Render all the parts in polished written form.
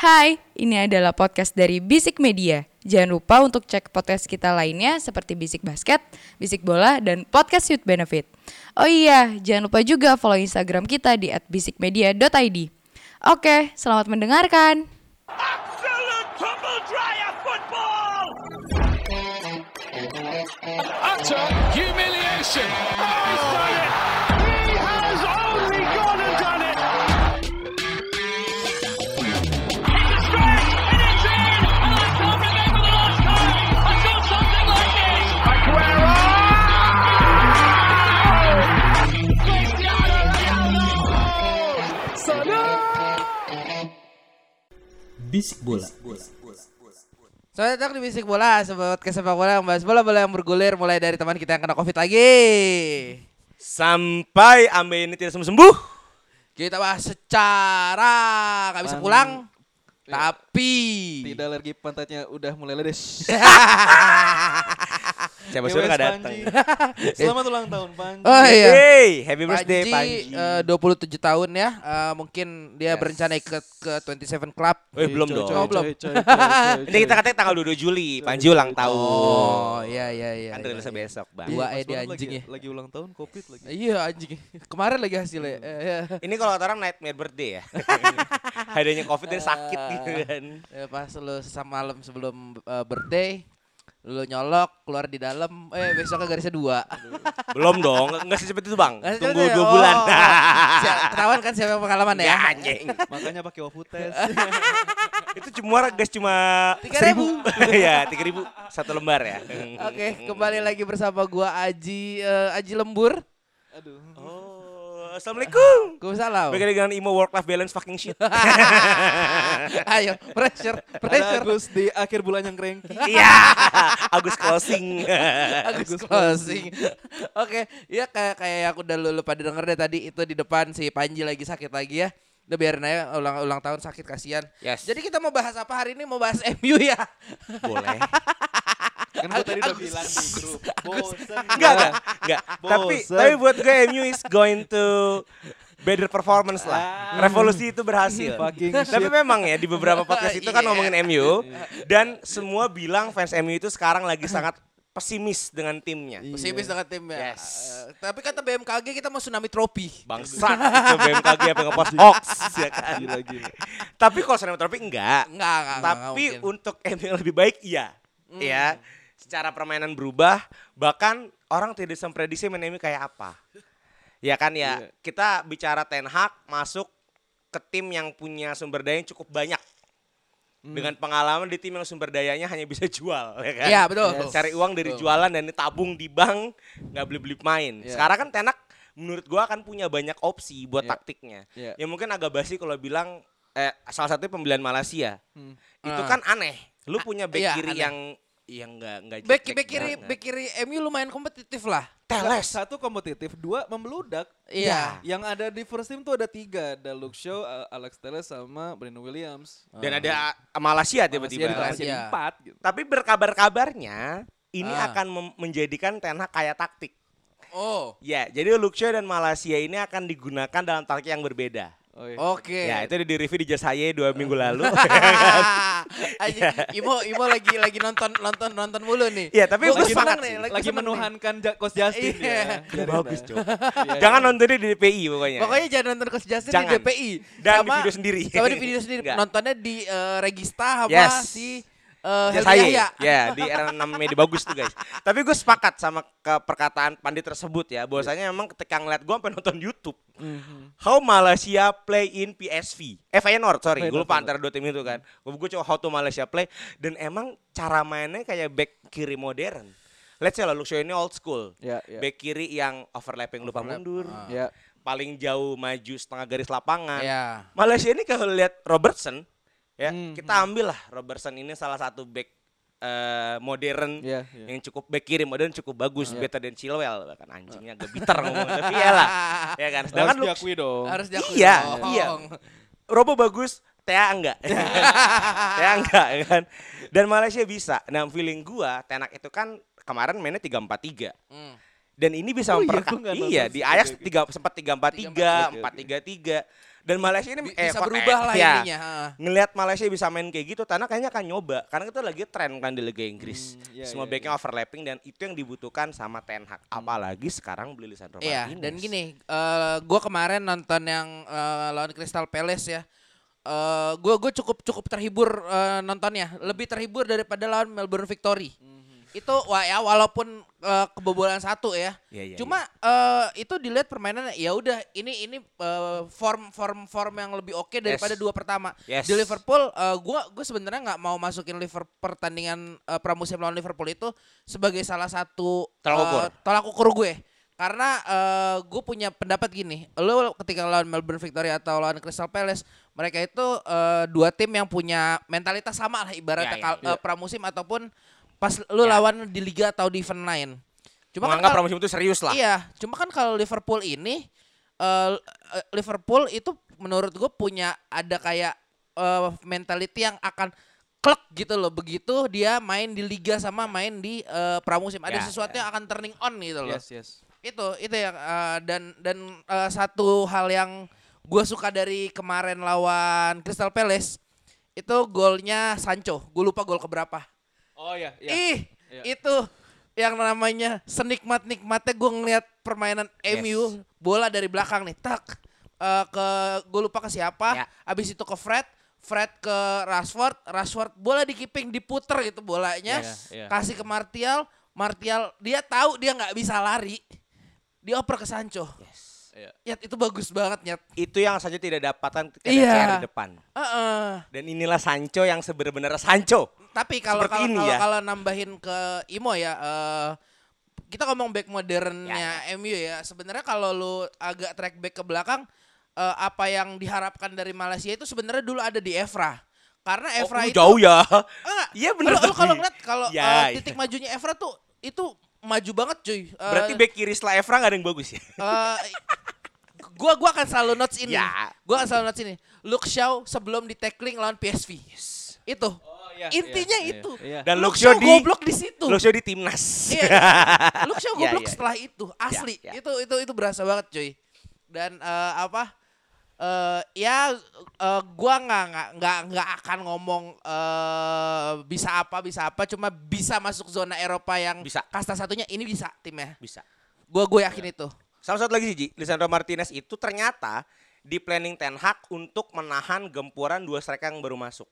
Hai, ini adalah podcast dari Bisik Media. Jangan lupa untuk cek podcast kita lainnya seperti Bisik Basket, Bisik Bola, dan Podcast Youth Benefit. Oh iya, jangan lupa juga follow Instagram kita di @bisikmedia.id. Oke, selamat mendengarkan. Absolute tumble dryer football! Utter humiliation! Oh, he's done it! He has only gone and done it! It's a stretch, and it's in! And I can't remember the last time I saw something like this! Aguero! Cristiano Ronaldo! Salah! Bisik Bola. Selamat datang di Bisik Bola, sebuah podcast sepak bola yang membahas bola-bola yang bergulir mulai dari teman kita yang kena Covid lagi. Sampai Ambe ini tidak sembuh. Kita bahas secara gak bisa pulang, tapi Tidak alergi pantatnya udah mulai ledes. Siapa suruh gak datang. Selamat ulang tahun Panji. oh iya. Hey, happy birthday Panji. 27 tahun ya. Mungkin dia berencana ikut ke 27 Club. Belum dong. belum. Ini kita katanya tanggal 22 Juli, Panji ulang tahun. Oh, iya. Kan rilisnya besok, Bang. Dua Pas dia banget anjing ya. lagi ulang tahun Covid lagi. Iya anjing. Kemarin lagi hasilnya. Ini kalau kata orang nightmare birthday ya. Adanya Covid dan sakit gitu kan. Pas lu semalam sebelum birthday, lu nyolok keluar di dalam, besoknya garisnya 2. Belum dong, enggak secepat itu, Bang. Nggak Tunggu secepat 2 ya? bulan. Ketahuan kan siapa yang pengalaman ya? Ya anjing. Makanya pakai wafu tes. Itu cuma cuma 3.000. Iya, 3.000 satu lembar ya. Oke, kembali lagi bersama gua Aji Lembur. Aduh. Assalamualaikum. Waalaikumsalam. Bagaimana dengan emo work life balance fucking shit? Ayo, pressure. Ada Agus di akhir bulan yang cranky. Iya, Agus closing. Agus closing. Oke, ya kayak yang udah lu pada denger deh tadi itu di depan si Panji lagi sakit lagi ya. Udah biarin aja ulang tahun sakit kasihan. Yes. Jadi kita mau bahas apa hari ini? Mau bahas MU ya. Boleh. Kan gue tadi udah bilang di grup. Bosen. Enggak. Tapi Bosen. buat gue MU is going to better performance lah. Revolusi itu berhasil. Fucking Tapi shit. memang ya di beberapa podcast itu kan ngomongin MU dan semua bilang fans MU itu sekarang lagi sangat pesimis dengan timnya. Pesimis dengan timnya. Yes. Tapi kata BMKG kita mau tsunami trofi. Bangsat itu BMKG apa ngepost hoax ya kan. Gila. Tapi kalau Tsunami Trophy enggak. Enggak Tapi mungkin. untuk MU yang lebih baik iya. Ya. Secara permainan berubah, bahkan orang tidak bisa memprediksi main MU kayak apa. Ya kan ya. Iya. Kita bicara Ten Hag masuk ke tim yang punya sumber daya yang cukup banyak. Dengan pengalaman di tim yang sumber dayanya hanya bisa jual, ya kan? Iya, betul. Cari uang dari jualan dan ditabung di bank, nggak beli main. Iya. Sekarang kan Ten Hag menurut gua akan punya banyak opsi buat Iya. taktiknya. Iya. Ya mungkin agak basi kalau bilang salah satunya pembelian Malaysia. Itu Ah. kan aneh. Lu punya back iya, kiri aneh. yang enggak Back jelek kiri banget. MU lumayan kompetitif lah. Teles. Satu kompetitif, 2 membeludak. Iya. Yang ada di first team tuh ada 3. Ada Luke Shaw, Alex Telles sama Brandon Williams. Dan ada Malaysia tiba-tiba. Malaysia Malaysia. jadi 4 gitu. Tapi berkabar-kabarnya ini Ah. akan menjadikan Ten Hag kayak taktik. Oh. Ya, jadi Luke Shaw dan Malaysia ini akan digunakan dalam taktik yang berbeda. Oh, iya. Oke. Ya, itu di review di Just Haye 2 minggu lalu. Anjing, Imo lagi nonton mulu nih. Iya, tapi Gua gue seneng sepakat nih, sih. lagi Lagi seneng nih. menuhankan Coach Justin Iya. ya. Dia bagus, Cok. Iya, Jangan nontonnya di DPI pokoknya. Pokoknya jangan nonton Coach Justin Jangan. di DPI. Dan di video sendiri. Sama di video sendiri. Enggak. Nontonnya di Regista sama Yes. si Just Helmi Haye. Yahya. Ya, di R6 Media bagus tuh, guys. Tapi gue sepakat sama perkataan pandit tersebut ya. Bahwasanya memang ketika ngeliat gue sampai nonton YouTube. How Malaysia play in PSV. Feyenoord, sorry. Gue lupa antara dua tim itu kan. Gue coba how to Malaysia play. Dan emang cara mainnya kayak back kiri modern. Let's say lah, Luke Shaw ini old school. Iya, iya. Back kiri yang overlapping lupa mundur. Ya. Paling jauh maju setengah garis lapangan. Iya. Malaysia ini kalau lihat Robertson, ya kita Hmm. ambil lah Robertson ini salah satu back modern Iya, iya. yang cukup back kiri modern cukup bagus, better than Chilwell, bahkan anjingnya agak bitter ngomong tapi ya lah, ya kan. Sedangkan Harus lu diakui dong. Harus diakui Iya, dong. iya. Robo bagus, Tea enggak. Tea enggak ya kan. Dan Malaysia bisa. Nah, feeling gua Tenak itu kan kemarin mainnya 3-4-3. Hmm. Dan ini bisa Oh iya, gua nggak iya nonton di sih. Ajax Oke, oke. sempat 3-4-3, 4-3-3. Dan Malaysia ini Bisa berubah lah ya, ininya. ngelihat Malaysia bisa main kayak gitu, Tanah kayaknya akan nyoba karena itu lagi tren kan di Liga Inggris. Iya, Semua iya, backnya overlapping dan itu yang dibutuhkan sama Ten Hag. Apalagi sekarang beli Lisandro Iya, Martinez. dan gini, gue kemarin nonton yang lawan Crystal Palace ya. Gue cukup terhibur nontonnya, lebih terhibur daripada lawan Melbourne Victory. Itu walaupun kebobolan 1 ya. Iya, Cuma itu dilihat permainannya ya udah ini form yang lebih oke daripada Yes. 2 pertama. Yes. Di Liverpool gue sebenarnya nggak mau masukin pertandingan pramusim lawan Liverpool itu sebagai salah satu tolak ukur gue. Karena gue punya pendapat gini, lo ketika lawan Melbourne Victory atau lawan Crystal Palace, mereka itu 2 tim yang punya mentalitas sama lah ibaratnya pramusim ataupun pas lu lawan di liga atau di event lain. Cuma menganggap pramusim itu serius lah. Iya, cuma kan kalau Liverpool ini Liverpool itu menurut gue punya ada kayak mentality yang akan klek gitu loh, begitu dia main di liga sama main di pramusim ada sesuatu yang akan turning on gitu loh. Yes. Itu yang dan satu hal yang gue suka dari kemarin lawan Crystal Palace itu golnya Sancho. Gue lupa gol keberapa. Oh iya. Ih, Iya. itu yang namanya senikmat-nikmatnya gue ngeliat permainan MU, bola dari belakang nih, tak ke gue lupa ke siapa, abis itu ke Fred ke Rashford bola di keeping diputer gitu bolanya, Iya. kasih ke Martial dia tahu dia nggak bisa lari, dioper ke Sancho. Iya. Ya itu bagus banget Nyet. Itu yang saja tidak dapatkan ketika Iya. CR di depan. Dan inilah Sancho yang sebenarnya Sancho. Tapi kalau Seperti ini ya. kalau nambahin ke Imo ya, kita ngomong back modernnya MU ya. Sebenarnya kalau lu agak track back ke belakang, apa yang diharapkan dari Malaysia itu sebenarnya dulu ada di Evra. Karena Evra itu jauh ya. Enggak. Iya benar. Lu kalau ngeliat kalau Ya, titik majunya Evra tuh itu maju banget cuy. Berarti back kiri setelah Evra gak ada yang bagus ya? Gua akan selalu notes ini. Ya. Gua akan selalu notes ini. Luke Shaw sebelum di tackling lawan PSV. Itu. iya, Intinya iya, itu. iya. Dan Luke Luke Shaw di goblok di situ. Luke Shaw di timnas. Iya. Luke Shaw Iya, goblok iya. setelah itu. Asli. Iya. Itu berasa banget cuy. Dan gua nggak akan ngomong bisa apa cuma bisa masuk zona Eropa yang Bisa. kasta satunya ini bisa timnya. Bisa. Gue yakin itu. Sama satu lagi sih, Ji. Lisandro Martinez itu ternyata di planning Ten Hag untuk menahan gempuran 2 striker yang baru masuk.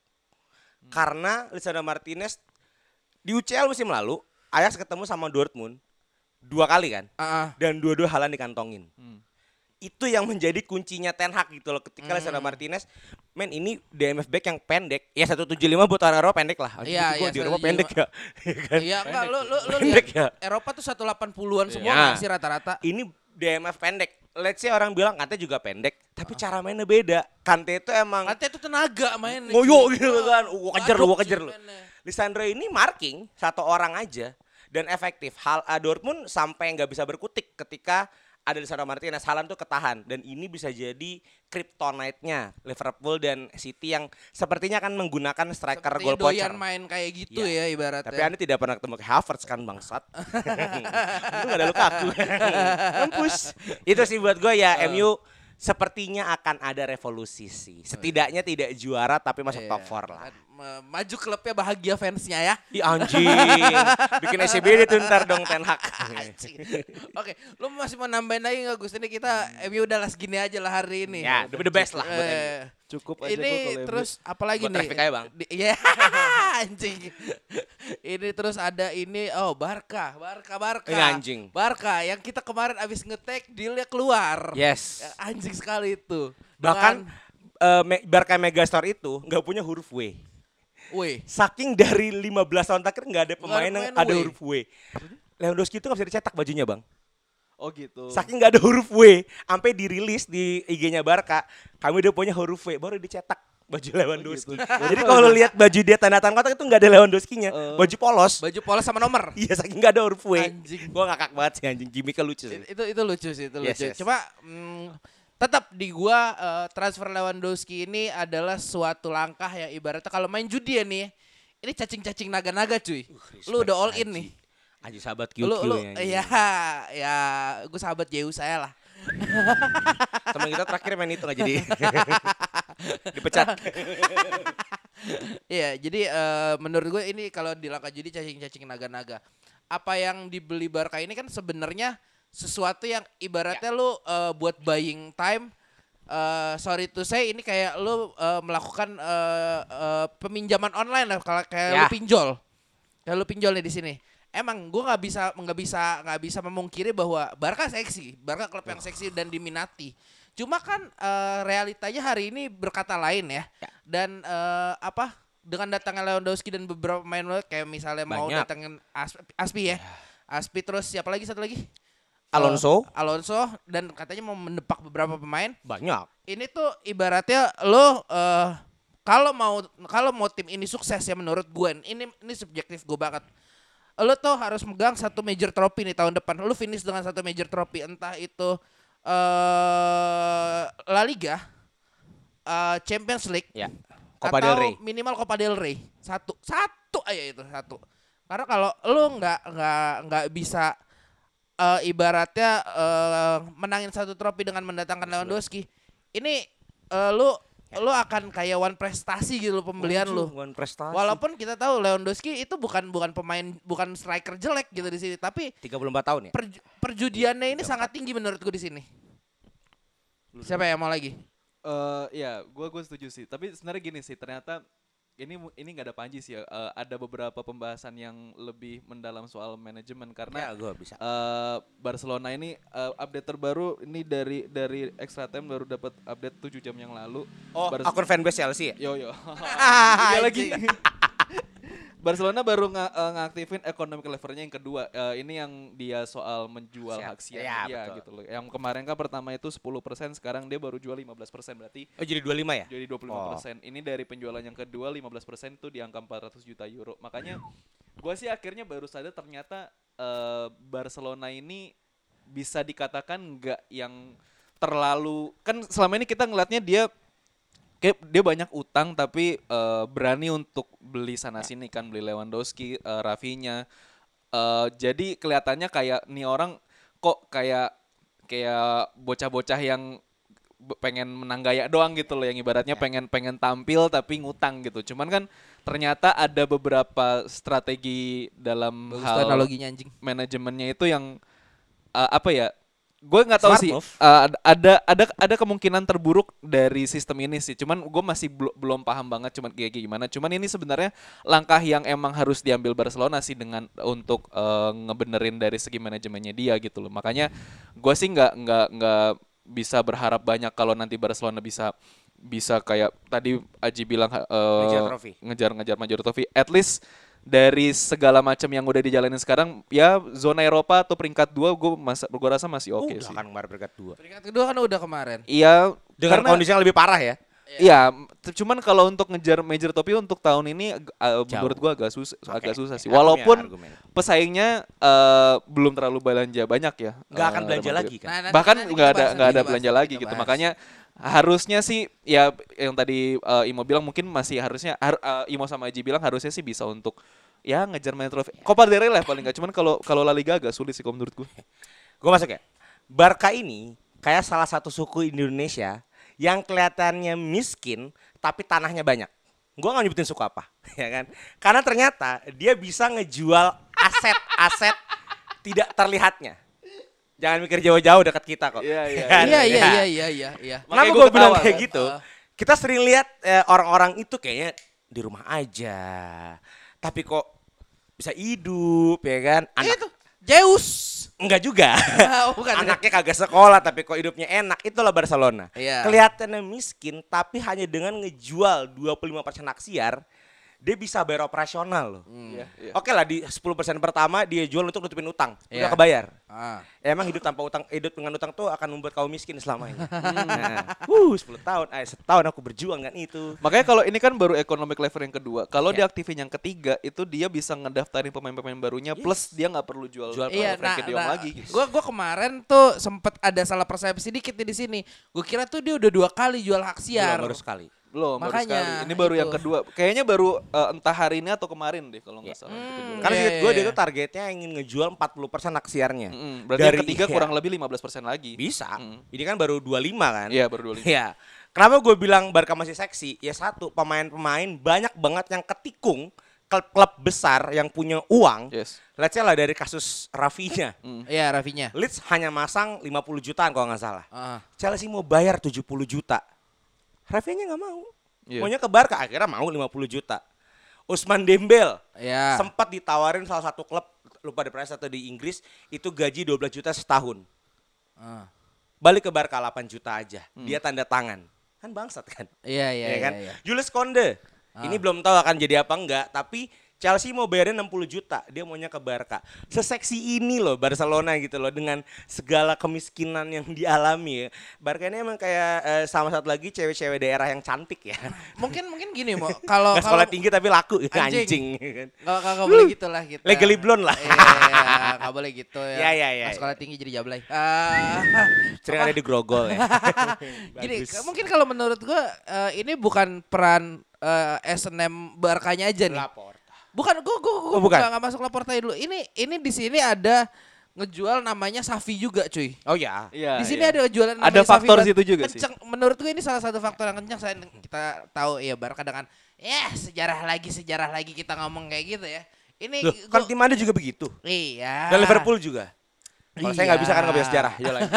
Karena Lisandro Martinez di UCL musim lalu, Ajax ketemu sama Dortmund 2 kali kan. Dan dua-dua Haaland dikantongin. Itu yang menjadi kuncinya Ten Hag gitu loh. Ketika Lisandro Martinez, men ini DMF back yang pendek. Ya 175 buat orang Eropa pendek lah. Iya, Gua iya, di Eropa 175. pendek ya. Iya enggak lu Pendek lihat ya. Eropa tuh 180-an semua Iya. nggak sih rata-rata. Ini DMF pendek. Let's say orang bilang Kante juga pendek, tapi cara mainnya beda. Kante itu emang Nanti itu tenaga main. ngoyo gitu kan. Gua kejar lu, Aduk gua kejar sih lu. mainnya. Lisandro ini marking 1 orang aja dan efektif. Dortmund sampai nggak bisa berkutik ketika ada Lisandro Martinez. Haaland tuh ketahan dan ini bisa jadi kryptonite-nya Liverpool dan City yang sepertinya akan menggunakan striker Seperti goal poacher. doyan main kayak gitu Iya. ya ibaratnya. Tapi Anda tidak pernah ketemu ke Havertz kan bangsat. Itu gak ada Lukaku. Mampus. Itu sih buat gue ya MU sepertinya akan ada revolusi sih. Setidaknya tidak juara tapi masuk top 4 lah. Maju klubnya bahagia fansnya ya. Ih anjing. Bikin SCBD tuh ntar dong Ten Hag. Oke, lu masih mau nambahin lagi nggak Gus? Ini kita MU udah lah segini aja lah hari ini. Ya, the best lah buat MU. Cukup aja Ini kok kalau terus apalagi Buat nih? traffic aja, Bang. Iya, anjing. Ini terus ada ini, Barca. Ini anjing. Barca yang kita kemarin abis ngetek dealnya keluar. Yes. Anjing sekali itu. Bahkan Barca Megastore itu nggak punya huruf W. Wih, Saking dari 15 tahun terakhir nggak ada pemain yang pemain ada W. huruf W. Lewandowski itu nggak bisa dicetak bajunya bang. Oh gitu. Saking nggak ada huruf W, sampai dirilis di IG-nya Barca, kami udah punya huruf W, baru dicetak baju Lewandowski. Jadi kalau lihat baju dia tanda-tanda kotak itu nggak ada Lewandowski-nya, baju polos. baju polos sama nomor. Iya saking nggak ada huruf W. Anjing. Gua ngakak banget sih anjing, gimmicknya lucu sih. Itu lucu sih, itu Yes, lucu. yes. Cuma tetap di gua transfer Lewandowski ini adalah suatu langkah yang ibaratnya kalau main judi ya nih, ini cacing-cacing naga-naga cuy. Lu udah all in nih. Anjing sahabat Lu Q-Q ya. ya gue sahabat Zeus saya lah. Teman kita terakhir main itu nggak jadi. Dipecat. Iya, jadi menurut gue ini kalau di langkah judi cacing-cacing naga-naga. Apa yang dibeli Barca ini kan sebenarnya sesuatu yang ibaratnya lu buat buying time. Sorry to say ini kayak lu melakukan peminjaman online lah, kalau kayak lu pinjol. Kayak lu pinjol nih di sini. Emang gue nggak bisa memungkiri bahwa Barca seksi, Barca klub yang seksi dan diminati. Cuma kan realitanya hari ini berkata lain ya. Dan dengan datangnya Lewandowski dan beberapa pemain kayak misalnya mau datangin Aspi ya. Aspi terus siapa lagi satu lagi? Alonso dan katanya mau mendepak beberapa pemain. Banyak. Ini tuh ibaratnya lo kalau mau tim ini sukses ya menurut gue, ini subjektif gue banget. Lo tuh harus megang satu major trophy nih tahun depan. Lo finish dengan satu major trophy, entah itu La Liga, Champions League, Copa del Rey. Minimal Copa del Rey. Satu aja itu satu. Karena kalau lo nggak bisa ibaratnya menangin satu trofi dengan mendatangkan Lewandowski, ini lu akan kayak one prestasi gitu pembelian lu. One prestasi. Walaupun kita tahu Lewandowski itu bukan pemain, bukan striker jelek gitu di sini, tapi 34 tahun ya. Perjudiannya ini sangat tinggi menurutku di sini. Siapa yang mau lagi? Ya, gue setuju sih. Tapi sebenarnya gini sih, ternyata ini nggak ada Panji sih ya. Ada beberapa pembahasan yang lebih mendalam soal manajemen karena gue bisa. Barcelona ini update terbaru ini dari Extra Time baru dapat update 7 jam yang lalu. Akun fanbase Chelsea ya? Yo. Iya lagi. Barcelona baru ngaktifin economic levernya yang kedua. Ini yang dia soal menjual hak siar gitu loh. Yang kemarin kan pertama itu 10%, sekarang dia baru jual 15%, berarti jadi 25 ya? Jadi 25%. Ini dari penjualan yang kedua 15% itu di angka 400 juta euro. Makanya gua sih akhirnya baru sadar ternyata Barcelona ini bisa dikatakan nggak yang terlalu, kan selama ini kita ngelihatnya dia banyak utang tapi berani untuk beli sana sini kan, beli Lewandowski, Rafinha. Jadi kelihatannya kayak nih orang kok kayak bocah-bocah yang pengen menang gaya doang gitu loh, yang ibaratnya pengen tampil tapi ngutang gitu. Cuman kan ternyata ada beberapa strategi dalam hal analoginya anjing. Manajemennya itu yang gue nggak tahu sih, ada kemungkinan terburuk dari sistem ini sih. Cuman gue masih belum paham banget cuman kayak gimana. Cuman ini sebenarnya langkah yang emang harus diambil Barcelona sih dengan untuk ngebenerin dari segi manajemennya dia gitu loh. Makanya gue sih nggak bisa berharap banyak kalau nanti Barcelona bisa kayak tadi Aji bilang ngejar major trophy. At least dari segala macam yang udah dijalanin sekarang ya zona Eropa atau peringkat 2 gue rasa masih oke sih. Kan kemarin peringkat 2. Peringkat kedua kan udah kemarin. Iya, dengan kondisi yang lebih parah ya. Iya, cuman kalau untuk ngejar major trophy untuk tahun ini menurut gue agak susah sih. Walaupun pesaingnya belum terlalu belanja banyak ya. Nggak akan belanja lagi kan. Bahkan nggak ada belanja lagi gitu. Makanya harusnya sih ya yang tadi Imo bilang mungkin masih harusnya Imo sama Aji bilang harusnya sih bisa untuk ya ngejar main trofi. Copa del Rey lah paling nggak. Cuman kalau La Liga agak sulit sih kalau menurut gue. Gue masuk ya. Barca ini kayak salah satu suku Indonesia yang kelihatannya miskin tapi tanahnya banyak. Gue nggak nyebutin suku apa, ya kan? Karena ternyata dia bisa ngejual aset-aset tidak terlihatnya. Jangan mikir jauh-jauh dekat kita kok. Iya. Kenapa gue bilang kayak gitu? Kita sering lihat orang-orang itu kayaknya di rumah aja, tapi kok bisa hidup, ya kan? Itu Zeus. Enggak juga. Bukan. Anaknya kagak sekolah tapi kok hidupnya enak. Itulah Barcelona. Iya. Kelihatannya miskin tapi hanya dengan ngejual 25% hak siar dia bisa bayar operasional loh. Oke lah di 10% pertama dia jual untuk nutupin utang. Udah kebayar. Emang hidup tanpa utang, hidup dengan utang tuh akan membuat kau miskin selama ini. 10 tahun, setahun aku berjuang kan itu. Makanya kalau ini kan baru economic lever yang kedua. Kalau diaktifin yang ketiga itu dia bisa ngedaftarin pemain-pemain barunya plus dia nggak perlu jual Frenkie de Jong lagi gitu. Gue kemarin tuh sempet ada salah persepsi dikit nih di sini. Gue kira tuh dia udah 2 kali jual hak siar. Baru sekali. Belum, baru Makanya, sekali. Ini baru yang itu. kedua. Kayaknya baru entah hari ini atau kemarin deh kalau nggak salah. Karena Iya, seinget gue iya, dia iya. tuh targetnya ingin ngejual 40% aksiarnya. Berarti yang ketiga iya, kurang lebih 15% lagi. bisa. Ini kan baru 25 kan? Iya, baru 25. Iya. Kenapa gue bilang Barca masih seksi? Ya satu, pemain-pemain banyak banget yang ketikung klub-klub besar yang punya uang. Yes. Let's say lah dari kasus Rafinya. Iya, Rafinya. Leeds hanya masang 50 jutaan kalau nggak salah. Ah. Chelsea mau bayar 70 juta. Rafinya nggak mau. Iya. Maunya ke Barca, akhirnya mau 50 juta. Usman Dembel Iya. sempat ditawarin salah satu klub, lupa di Prancis atau di Inggris, itu gaji 12 juta setahun. Ah. Balik ke Barca 8 juta aja. Dia tanda tangan. Kan bangsat kan? Iya, iya, Ya iya, kan? iya. Jules Konde. Ini belum tahu akan jadi apa enggak, tapi Chelsea mau bayarin 60 juta, dia maunya ke Barca. Seseksi ini loh Barcelona gitu loh, dengan segala kemiskinan yang dialami ya. Barca ini emang kayak sama satu lagi cewek-cewek daerah yang cantik ya. Mungkin gini, Mo. Kalau Nggak sekolah tinggi tapi laku, anjing. Nggak boleh gitu lah kita. Legally blonde lah. Iya, nggak boleh gitu ya. Iya, iya. Nggak sekolah tinggi jadi jablay. Sering ada di grogol ya. Gini, Bagus. mungkin kalau menurut gua ini bukan peran SNM Barkanya aja nih. Lapor. Bukan, gua Oh, bukan. nggak masuk Laporta dulu. Ini di sini ada ngejual namanya Safi juga, cuy. Oh ya. Iya. Di sini iya. ada jualan namanya Ada faktor Safi situ juga sih. kenceng. Menurut gue ini salah satu faktor yang kencang. Kita tahu ya Barca dengan sejarah lagi kita ngomong kayak gitu ya. Ini Loh, kan tim Anda juga begitu. iya. Dan Liverpool juga. Kalau saya nggak bisa kan nggak bisa sejarah. Ya lah.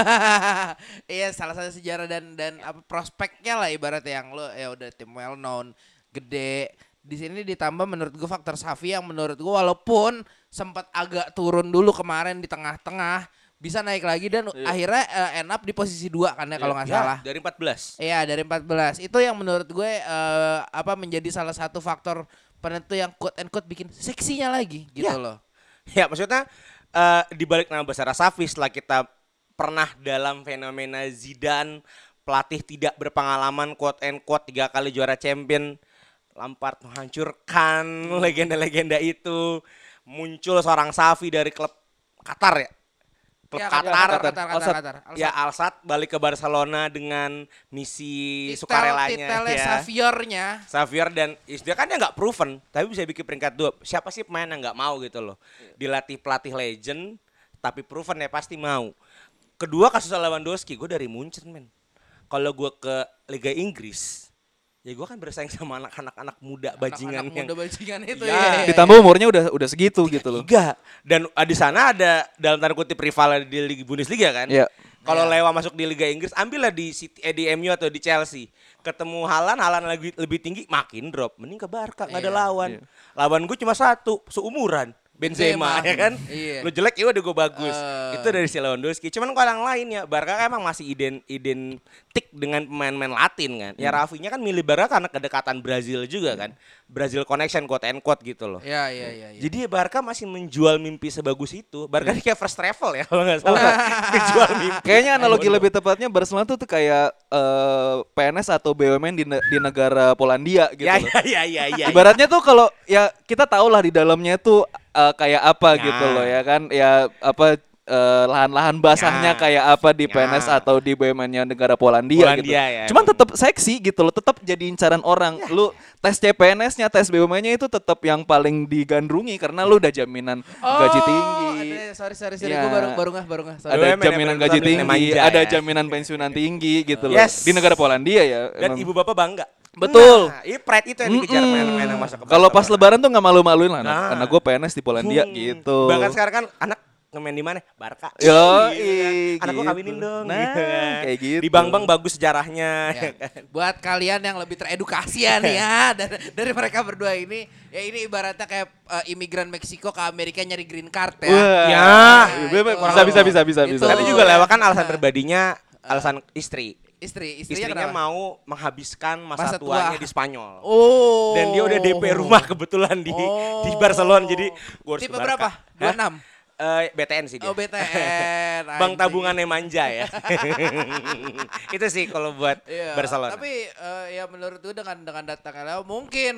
Iya, salah satu sejarah dan apa prospeknya lah ibaratnya yang lo ya udah tim well known, gede. Di sini ditambah menurut gue faktor Safi yang menurut gue walaupun sempat agak turun dulu kemarin di tengah-tengah bisa naik lagi dan akhirnya end up di posisi 2 kan ya kalau nggak salah. Dari 14. Iya, dari 14. Itu yang menurut gue menjadi salah satu faktor penentu yang quote and quote bikin seksinya lagi gitu Ya. loh. Ya maksudnya di balik nama besar Safi setelah kita pernah dalam fenomena Zidane, pelatih tidak berpengalaman quote and quote 3 kali juara champion, Lampard menghancurkan legenda-legenda itu, muncul seorang Safi dari klub Qatar ya. Klub Ya, Qatar. Qatar. Ya Al-Sadd balik ke Barcelona dengan misi Titelnya sukarelanya ya. Xaviernya. Xavier dan dia kan dia nggak proven tapi bisa bikin peringkat 2. Siapa sih pemain yang nggak mau gitu loh. Dilatih pelatih legend tapi proven ya pasti mau. Kedua kasus Lewandowski, gue dari Munchen men. Kalau gue ke Liga Inggris, ya gue kan bersaing sama anak-anak muda bajingan Anak yang muda bajingan itu Ya. ya. Ditambah umurnya udah segitu gitu loh. 3. Dan di sana ada dalam tanda kutip rival di Liga Bundesliga kan. Iya. Kalau Lewa masuk di Liga Inggris, ambillah di di MU atau di Chelsea. Ketemu Haaland lebih tinggi, makin drop. Mending ke Barca, nggak ada Iya. lawan. Lawan gue cuma satu, seumuran. Benzema, ya kan? Iya. Lu jelek ya udah gue bagus. Itu dari si Lewandowski. Cuman kalau yang lain ya, Barca emang masih identik dengan pemain-pemain Latin kan. Ya Rafinya kan milih Barca karena kedekatan Brazil juga kan. Brazil connection quote and quote gitu loh. Iya. Jadi Barca masih menjual mimpi sebagus itu. Barca ini kayak first travel ya kalau nggak salah. Menjual mimpi. Kayaknya analogi lebih tepatnya Barcelona tuh kayak PNS atau BUMN di negara Polandia gitu Ya loh. ya. Ibaratnya tuh kalau ya kita tahu lah di dalamnya tuh kayak apa Ya. gitu loh ya kan. Ya apa lahan-lahan basahnya Ya. kayak apa di Ya. PNS atau di BUMN-nya negara Polandia gitu. Ya, Cuman tetap seksi gitu loh, tetap jadi incaran orang. Lu tes CPNS-nya, tes BUMN-nya itu tetap yang paling digandrungi karena lu udah jaminan gaji tinggi. Sorry. Ya. Gue baru nggak. Sorry. Ada BUMN jaminan yang gaji paling tinggi, manja ada ya. jaminan pensiunan tinggi gitu loh. Yes. Di negara Polandia ya. Dan emang. ibu bapak bangga. Betul. Nah, ini pride itu yang dikejar pemain-pemain yang masuk ke Kalau Barca. pas lebaran tuh nggak malu-maluin lah Nah. anak gue PNS di Polandia gitu. Bahkan sekarang kan anak nge-main di mana? Barca. Yo, Gitu kan. Anak gua gitu. kawinin dong. Nah, gitu kan. kayak gitu. Di Bank-bank bagus sejarahnya. Ya. ya kan. Buat kalian yang lebih teredukasi ya nih ya dari mereka berdua ini, ya ini ibaratnya kayak imigran Meksiko ke Amerika nyari green card ya. Wah. Ya. Bisa. Itu. Tapi juga ya. lewat kan alasan pribadinya, alasan istri. Istrinya Istrinya kenapa? mau menghabiskan masa Masa tua. tuanya di Spanyol. Oh. Dan dia udah DP rumah kebetulan di Barcelona, jadi gua harus Tipe ke Barca. berapa? 26. BTN sih dia. Oh BTN. Bank anjing. tabungannya manja ya. Itu sih kalau buat Iya, Barcelona. Tapi ya menurut gue dengan datangnya Leo mungkin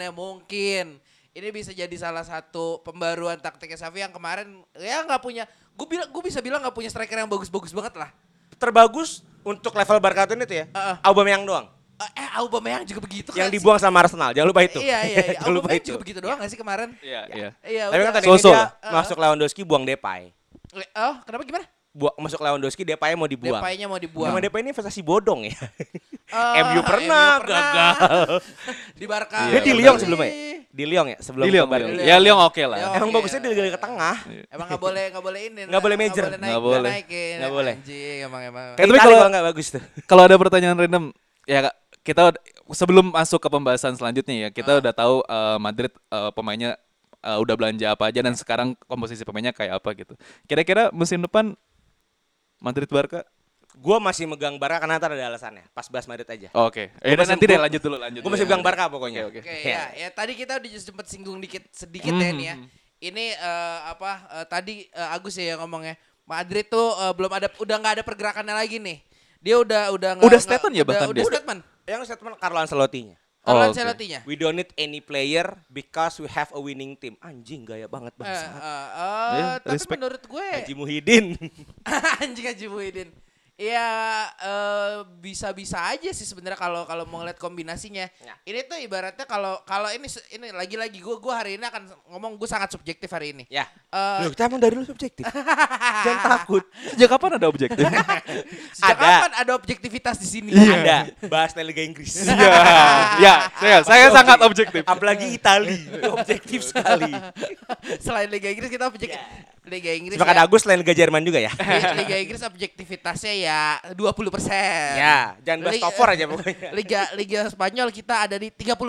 ini bisa jadi salah satu pembaruan taktiknya Xavi yang kemarin ya nggak punya. Gue bisa bilang nggak punya striker yang bagus-bagus banget lah. Terbagus untuk level Barca itu ya. Aubameyang doang. Aubameyang juga begitu Yang kan sih? dibuang sama Arsenal, jangan lupa itu. Iya. Jangan lupa Aubameyang itu. juga begitu doang gak sih kemarin? Iya. Iya. Tapi kan udah. tadi So-so dia lah. masuk Lewandowski buang Depay. Oh, kenapa gimana? Masuk Lewandowski, Depay mau dibuang. Depay-nya mau dibuang. Sama Depay ini investasi bodong ya. Eh, MU pernah gagal. Di Barca. Dia Dia di Lyon sebelumnya. Di Lyon ya, sebelum Di Lyon, ke Barca. Lyon. Ya Lyon oke lah. Lyon. Emang Oke. bagusnya di Liga Tengah. Emang nggak boleh ini. Nggak boleh major. Nggak boleh. Naikin. Nggak boleh. Anjing, emang. Kayak Tapi Itali kalau- kalau nggak bagus tuh. Kalau ada pertanyaan random, ya kita sebelum masuk ke pembahasan selanjutnya ya, kita udah tahu Madrid pemainnya udah belanja apa aja dan sekarang komposisi pemainnya kayak apa gitu. Kira-kira musim depan Madrid Barca? Gue masih megang Barca karena ntar ada alasannya. Pas bahas Madrid aja. Oh, oke. Gua masih- Nanti deh gua- lanjut dulu. Gue masih pegang Barca pokoknya. Oke. Oke, Iya. ya tadi kita udah sempat singgung sedikit ya nih ya. Ini tadi Agus ya yang ngomongnya. Madrid tuh udah nggak ada pergerakannya lagi nih. Dia udah Udah statement ya bahkan udah dia? statement. Yang statement Carlo Ancelotti-nya. Oh, Carlo oke. Ancelotti-nya. We don't need any player because we have a winning team. Anjing gaya banget bangsa. Ya, Tapi respect. menurut gue Haji Muhyiddin. anjing Haji Muhyiddin. Ya bisa-bisa aja sih sebenarnya kalau mau ngeliat kombinasinya. Ya. Ini tuh ibaratnya kalau ini lagi-lagi gue hari ini akan ngomong gue sangat subjektif hari ini. Ya. Eh, Loh, kita emang dari lu subjektif. Jangan takut. Sejak kapan ada objektif? Sejak ada. kapan ada objektivitas di sini? Ada. Bahas Liga Inggris. Ya, saya sangat objektif. Apalagi Itali. Objektif sekali. Selain Liga Inggris kita objektif. Liga Inggris Sepakat ya, Agus selain Liga Jerman juga ya. Liga Inggris objektivitasnya ya 20%. Ya, jangan bahas top 4 aja pokoknya. Liga Spanyol kita ada di 30%.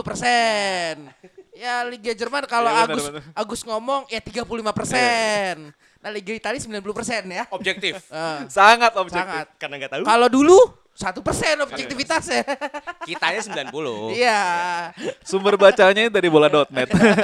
Ya Liga Jerman kalau Ya, benar, Agus benar. Agus ngomong ya 35%. Nah Liga Italia 90% ya. Objektif. Sangat objektif. Sangat. Karena nggak tahu. Kalau dulu 1% objektivitasnya. Kitanya 90. Iya. Sumber bacanya dari bola.net.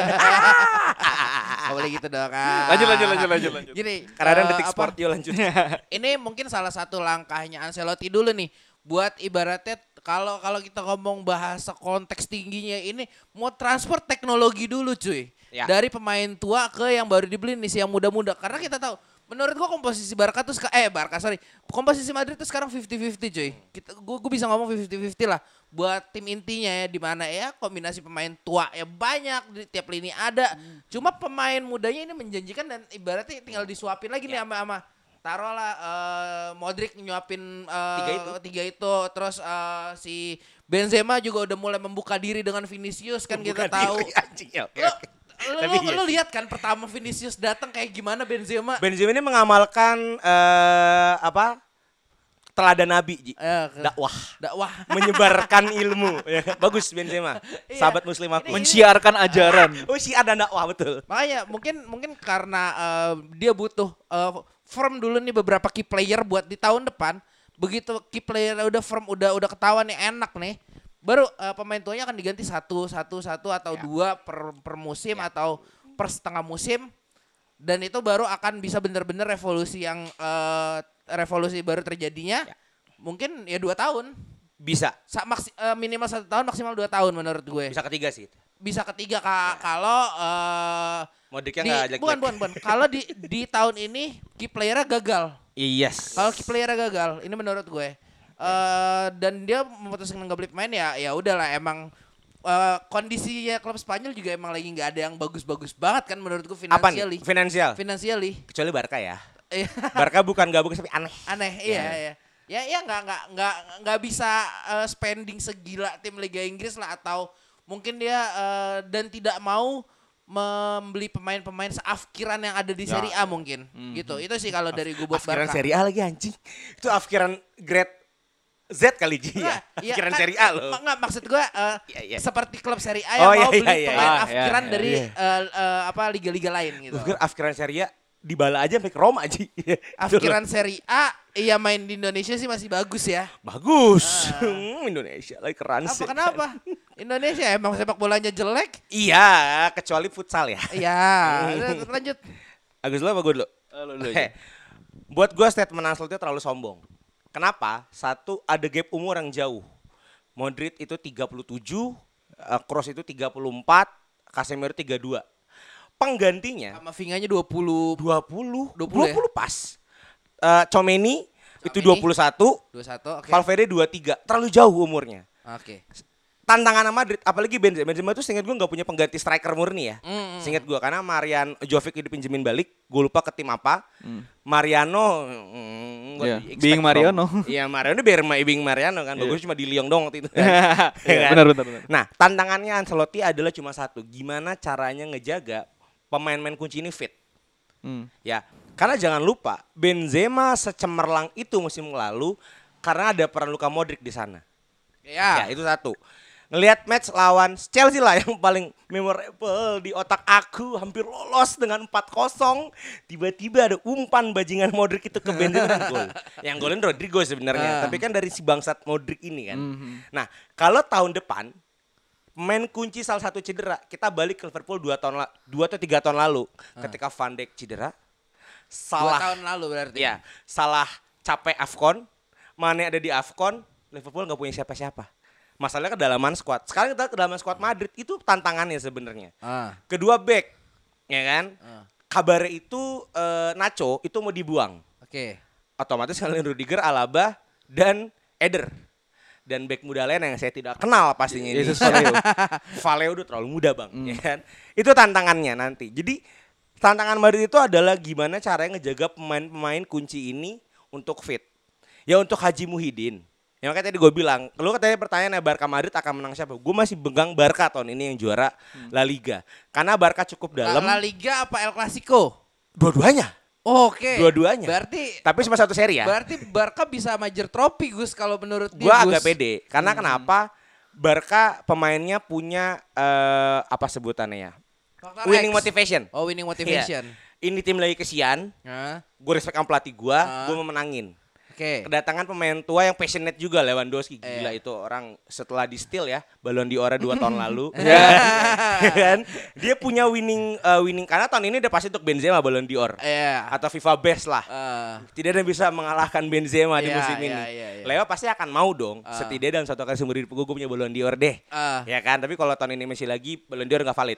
Gak boleh gitu dong. Ah. Lanjut. Gini, Karena ada detik apa, sport yuk lanjut. ini mungkin salah satu langkahnya Ancelotti dulu nih buat ibaratnya kalau kita ngomong bahasa konteks tingginya ini mau transfer teknologi dulu cuy. Ya. Dari pemain tua ke yang baru dibeli nih si yang muda-muda karena kita tahu menurut gua komposisi Barca tuh komposisi Madrid tuh sekarang 50-50 cuy. Gua bisa ngomong 50-50 lah buat tim intinya ya di mana ya kombinasi pemain tua ya banyak di tiap lini ada. Cuma pemain mudanya ini menjanjikan dan ibaratnya tinggal disuapin lagi nih sama taruhlah Modric nyuapin tiga itu terus si Benzema juga udah mulai membuka diri dengan Vinicius kan kita tahu. Anjing ya. oke, oke. Tapi iya Lo sih. lihat kan pertama Vinicius datang kayak gimana Benzema. Benzema ini mengamalkan teladan Nabi, Ji. Dakwah. Dakwah. Menyebarkan ilmu. Ya, bagus Benzema. Iya. Sahabat muslim aku. Mensiarkan ajaran. Oh, syiar dan dakwah betul. Makanya mungkin karena dia butuh firm dulu nih beberapa key player buat di tahun depan. Begitu key player udah firm udah ketahuan nih enak nih. Baru pemain tuanya akan diganti satu atau dua per musim atau per setengah musim. Dan itu baru akan bisa benar-benar revolusi revolusi baru terjadinya. Mungkin ya 2 tahun. Bisa. Minimal 1 tahun maksimal 2 tahun menurut gue. Bisa ketiga sih. Bisa ketiga kalau Modricnya nggak jelek-jelek. bukan. Kalau di tahun ini key player-nya gagal. Yes. Kalau key player-nya gagal, ini menurut gue. Dan dia memutuskan nggak beli pemain ya udahlah emang kondisinya klub Spanyol juga emang lagi nggak ada yang bagus-bagus banget kan menurutku Apa nih? financially. Finansial. Kecuali Barca ya. Iya. Barca bukan gak bagus tapi aneh. Aneh, iya. Ya nggak bisa spending segila tim Liga Inggris lah atau mungkin dia dan tidak mau membeli pemain-pemain seafkiran yang ada di Serie A mungkin gitu. Itu sih kalau dari gue buat Afkiran Barca. Serie A lagi anjing. Itu afkiran grade Z kali Ji ya. Afkiran kan, Serie A loh. Enggak maksud gue Iya. seperti klub Serie A yang Oh, mau iya, beli iya, pemain iya. afkiran Iya, dari liga-liga lain gitu. Gue pikir afkiran Serie A dibala aja sampai ke Roma Ji. Afkiran Serie A iya main di Indonesia sih masih bagus ya. Bagus. Indonesia lagi keren sih. Kenapa? Indonesia emang sepak bolanya jelek? Iya, kecuali futsal ya. Iya, lanjut. Agus lo apa gue dulu? Buat gue statement Ancelotti terlalu sombong. Kenapa? Satu, ada gap umur yang jauh. Modric itu 37, Kroos itu 34, Casemiro 32. Penggantinya Sama Vinganya 20 20 ya? pas. Chomeni itu Tchouaméni. 21, 21 oke. Valverde 23. Terlalu jauh umurnya. Oke. Tantangan Madrid, apalagi Benzema tuh seingat gue nggak punya pengganti striker murni ya. Seingat gue karena Jovic dipinjemin balik, gue lupa ke tim apa. Mariano, Being Mariano. Iya Mariano biar Being Mariano kan, bagus cuma di Lyon dong waktu itu. Iya, benar. Nah tantangannya Ancelotti adalah cuma satu, gimana caranya ngejaga pemain-pemain kunci ini fit. Ya, karena jangan lupa Benzema secemerlang itu musim lalu karena ada peran Luka Modric di sana. Ya itu satu. Ngelihat match lawan Chelsea lah yang paling memorable di otak aku, hampir lolos dengan 4-0, tiba-tiba ada umpan bajingan Modric itu ke Benzema dan gol. Yang golin Rodrigo sebenarnya, tapi kan dari si bangsat Modric ini kan. Nah, kalau tahun depan pemain kunci salah satu cedera, kita balik ke Liverpool 2 atau 3 tahun lalu ketika Van Dijk cedera. 2 tahun lalu berarti. Ya, salah capek AFCON, Mane ada di AFCON, Liverpool nggak punya siapa-siapa. Masalahnya kedalaman squad. Sekarang kita kedalaman squad Madrid itu tantangannya sebenarnya. Kedua back, ya kan? Kabarnya itu Nacho itu mau dibuang. Oke. Otomatis kalian Rudiger, Alaba dan Eder. Dan back muda lain yang saya tidak kenal pastinya ini. Valeo udah terlalu muda bang, ya kan? Itu tantangannya nanti. Jadi tantangan Madrid itu adalah gimana caranya ngejaga pemain-pemain kunci ini untuk fit. Ya untuk Haji Muhyiddin. Ya makanya tadi gue bilang, lu katanya pertanyaannya Barca Madrid akan menang siapa? Gue masih pegang Barca tahun ini yang juara La Liga. Karena Barca cukup dalam. La Liga apa El Clasico? Dua-duanya. Oke. Dua-duanya. Berarti tapi cuma satu seri ya. Berarti Barca bisa major trofi Gus kalau menurut dia. Gue agak pede. Karena kenapa? Barca pemainnya punya apa sebutannya ya? Faktor Winning X. motivation. Oh, winning motivation. Iya. Ini tim lagi kesian. Gue respect sama pelatih gue mau menangin. Oke. Kedatangan pemain tua yang passionate juga, Lewandowski. Gila itu orang setelah di steal ya, Ballon d'Or 2 tahun lalu. Kan? Dia punya winning karena tahun ini udah pasti untuk Benzema Ballon d'Or. Atau FIFA Best lah. Tidak ada yang bisa mengalahkan Benzema di musim ini. Leo pasti akan mau dong. Setidaknya dalam satu kali seumur hidup gue punya Ballon d'Or deh. Ya kan? Tapi kalau tahun ini Messi lagi, Ballon d'Or enggak valid.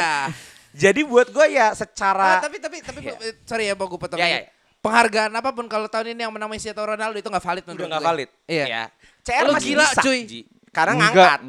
Jadi buat gue ya secara tapi sorry ya mau gue potong. Penghargaan Penghargaan apapun kalau tahun ini yang menang Messi atau Ronaldo itu nggak valid menurut udah nggak gue. valid. Iya. Ya. CR Lu masih gila, bisa, cuy. Ji. Karena ngangkat.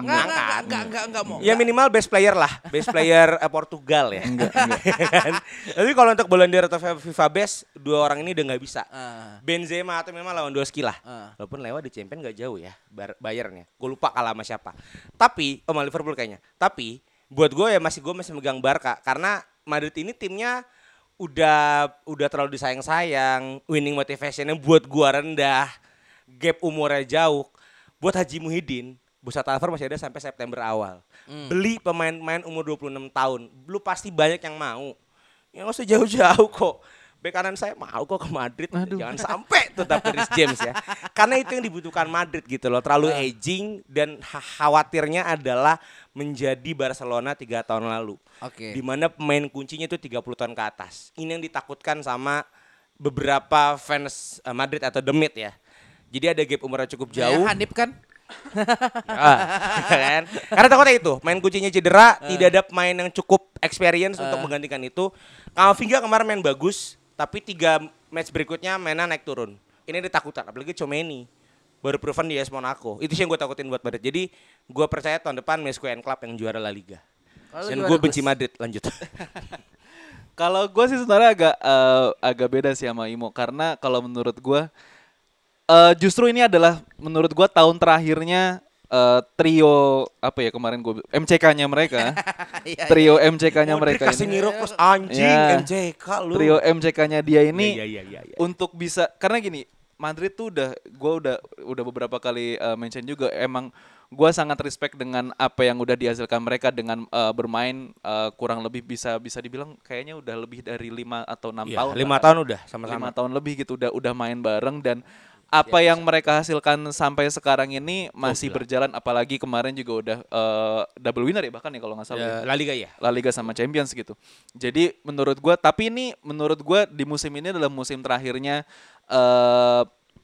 Enggak mau. Ya minimal best player lah, best player Portugal ya. Kan? Tapi kalau untuk Ballon d'Or atau FIFA Best, dua orang ini udah nggak bisa. Benzema atau memang Lewandowski lah. Walaupun Lewa di Champions nggak jauh ya, Bayernnya. Gue lupa kalah sama siapa. Tapi sama Liverpool kayaknya. Tapi buat gue masih megang Barca karena Madrid ini timnya udah terlalu disayang-sayang, winning motivationnya buat gua rendah, gap umurnya jauh. Buat Haji Muhyiddin, bursa transfer masih ada sampai September awal. Beli pemain-pemain umur 26 tahun, lu pasti banyak yang mau. Ya nggak usah jauh-jauh kok. Bek kanan saya mau kok ke Madrid. Jangan sampai tetap Reece James ya. Karena itu yang dibutuhkan Madrid gitu loh. Terlalu aging dan khawatirnya adalah menjadi Barcelona 3 tahun lalu. Di mana pemain kuncinya itu 30 tahun ke atas. Ini yang ditakutkan sama beberapa fans Madrid atau The Mid ya. Jadi ada gap umurnya cukup jauh. Hanif kan? Kan? Karena takutnya itu main kuncinya cedera, tidak ada pemain yang cukup experience untuk menggantikan itu. Kamavinga kemarin main bagus, tapi 3 match berikutnya mainnya naik turun. Ini ditakutkan, apalagi Tchouaméni baru proven di AS Monaco. Itu sih yang gue takutin buat Madrid. Jadi gue percaya tahun depan Messi and Club yang juara La Liga. Dan gue benci Madrid. Lanjut. Kalau gue sih sebenarnya agak beda sih sama Imo, karena kalau menurut gue justru ini adalah menurut gue tahun terakhirnya trio apa ya kemarin gue MCK-nya mereka. Trio MCK-nya mereka ini. Casemiro plus anjing MCK lu. Trio MCK-nya dia ini Ya. untuk bisa, karena gini, Madrid tuh udah beberapa kali mention juga, emang gue sangat respect dengan apa yang udah dihasilkan mereka dengan bermain kurang lebih bisa dibilang kayaknya udah lebih dari 5 atau 6 tahun. 5 tahun udah sama-sama. 5 tahun lebih gitu udah main bareng, dan apa yang mereka hasilkan sampai sekarang ini masih berjalan, apalagi kemarin juga udah double winner ya bahkan ya kalau nggak salah. La Liga ya. La Liga sama Champions gitu. Jadi menurut gue di musim ini adalah musim terakhirnya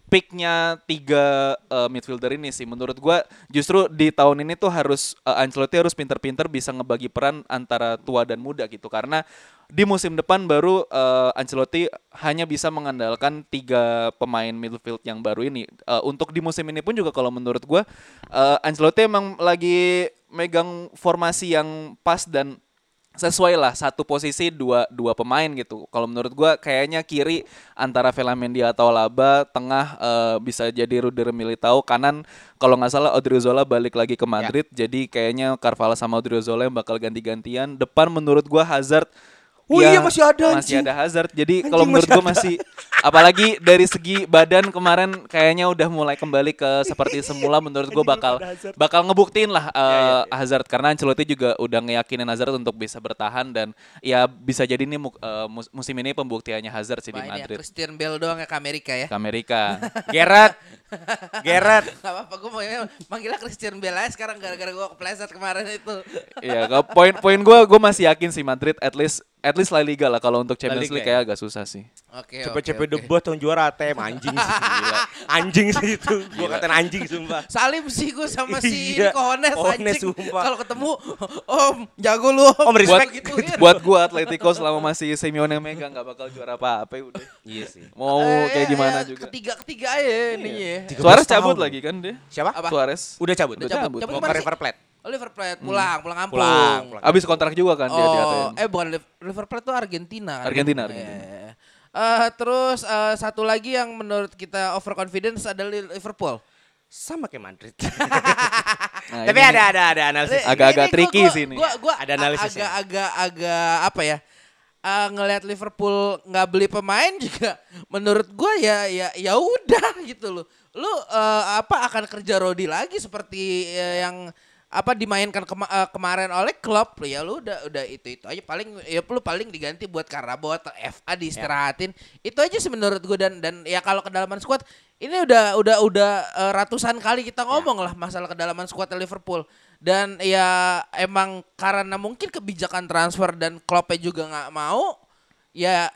picknya 3 midfielder ini sih. Menurut gua justru di tahun ini tuh harus Ancelotti harus pinter-pinter bisa ngebagi peran antara tua dan muda gitu. Karena di musim depan baru Ancelotti hanya bisa mengandalkan 3 pemain midfield yang baru ini. Untuk di musim ini pun juga kalau menurut gua Ancelotti emang lagi megang formasi yang pas dan sesuai lah, satu posisi dua pemain gitu. Kalau menurut gua kayaknya kiri antara Velamendi atau Alaba, tengah bisa jadi Rudiger Militao, kanan kalau nggak salah Odriozola balik lagi ke Madrid. Jadi kayaknya Carvalho sama Odriozola yang bakal ganti-gantian. Depan menurut gua Hazard. Oh iya, masih ada, Masih anjing. ada Hazard. Jadi Anjing, kalau menurut masih gue masih, apalagi dari segi badan kemarin kayaknya udah mulai kembali ke seperti semula. Menurut gue bakal ngebuktiin lah Hazard, karena Ancelotti juga udah ngeyakinin Hazard untuk bisa bertahan, dan ya bisa jadi nih musim ini pembuktiannya Hazard sih di Main ya Madrid. Christian Bale doang ya ke Amerika ya. Ke Amerika. Gerrard. Gak apa-apa, gue manggilnya Christian Bale aja sekarang gara-gara gue kepleset kemarin itu. Iya, poin gue masih yakin sih Madrid at least La Liga lah. Kalau untuk Champions Liga League ya? kayak agak susah sih. Oke. Cepet-cepet debat yang juara ATM, anjing sih. Gila. Anjing sih itu. Gua katain anjing sumpah. Salim sih gue sama si Iya, Kohones Kohones, anjing. sumpah. Kalau ketemu, Om jago lu. Om, respect gituin. Buat gue Atletico selama masih Simeone megang nggak bakal juara apa-apa ya udah. Iya sih. Mau kayak gimana juga. Ketiga aja nih ya. 13 Suarez cabut tahun. lagi kan dia. Siapa? Apa? Suarez. Udah cabut. Udah cabut. Cabut Mau kemana ke sih? River Plate. Liver Plate pulang kampung. Pulang. Abis kontrak juga kan dia di ATM. Bukan Liver Plate tuh Argentina kan. Argentina. Iya. Terus satu lagi yang menurut kita overconfidence adalah Liverpool. Sama kayak Madrid. Nah, Tapi ini ada analisis. Agak-agak tricky sih ini. Gua Ada analisisnya. agak apa ya? Ngelihat Liverpool nggak beli pemain juga menurut gua ya udah gitu loh. Lu akan kerja Rodi lagi seperti yang dimainkan kemarin oleh Klopp, ya lu udah itu aja, paling ya lu paling diganti buat Carabao atau FA diistirahatin. Itu aja sih menurut gue, dan ya kalau kedalaman squad ini udah ratusan kali kita ngomong lah masalah kedalaman squad Liverpool, dan ya emang karena mungkin kebijakan transfer dan Klopp juga nggak mau, ya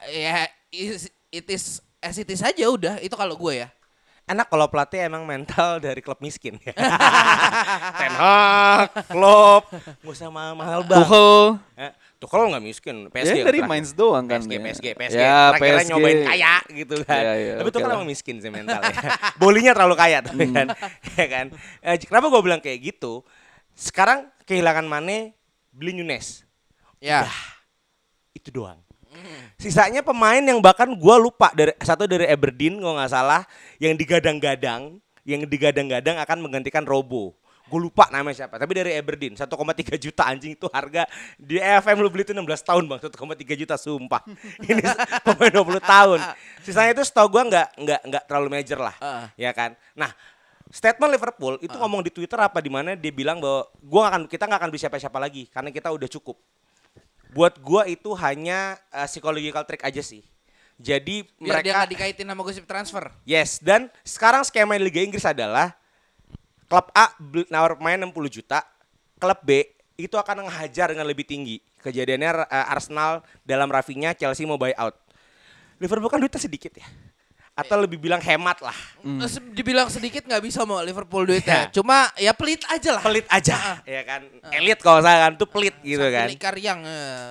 it is as it is aja udah, itu kalau gue ya. Enak kalau pelatih emang mental dari klub miskin. Ten Hag, Klopp, nggak usah mahal-mahal bang. Tuchel nggak miskin, PSG. Ya dari Mainz doang kan. PSG. Ya, Terakhirnya PSG. nyobain kaya gitu kan. Ya, Tapi oke Tuchel lah. emang miskin sih mentalnya. Bolinya terlalu kaya tapi kan. Ya kan. Kenapa gue bilang kayak gitu? Sekarang kehilangan Mane, beli Nunes. Ya. Itu doang. Sisanya pemain yang bahkan gue lupa, satu dari Aberdeen kalau nggak salah, yang digadang-gadang akan menggantikan Robo. Gue lupa namanya siapa, tapi dari Aberdeen 1,3 juta, anjing itu harga di EFM lu beli itu 16 tahun bang, 1,3 juta sumpah. Ini pemain 20 tahun. Sisanya itu setahu gue nggak terlalu major lah, ya kan. Nah, statement Liverpool itu ngomong di Twitter apa di mana dia bilang bahwa kita nggak akan beli siapa-siapa lagi karena kita udah cukup. Buat gua itu hanya psychological trick aja sih. Jadi Biar dia mereka nggak dikaitin sama gosip transfer. yes, dan sekarang skema Liga Inggris adalah klub A nawar pemain 60 juta, klub B itu akan ngehajar dengan lebih tinggi. Kejadiannya Arsenal dalam Rafinha, Chelsea mau buy out. Liverpool kan duitnya sedikit ya. Atau lebih bilang hemat lah. Dibilang sedikit nggak bisa mau Liverpool duitnya. Ya. Cuma ya pelit aja lah. Pelit aja, ya kan. Elit kalau saya kan tuh pelit gitu kan. Sampai Karyang.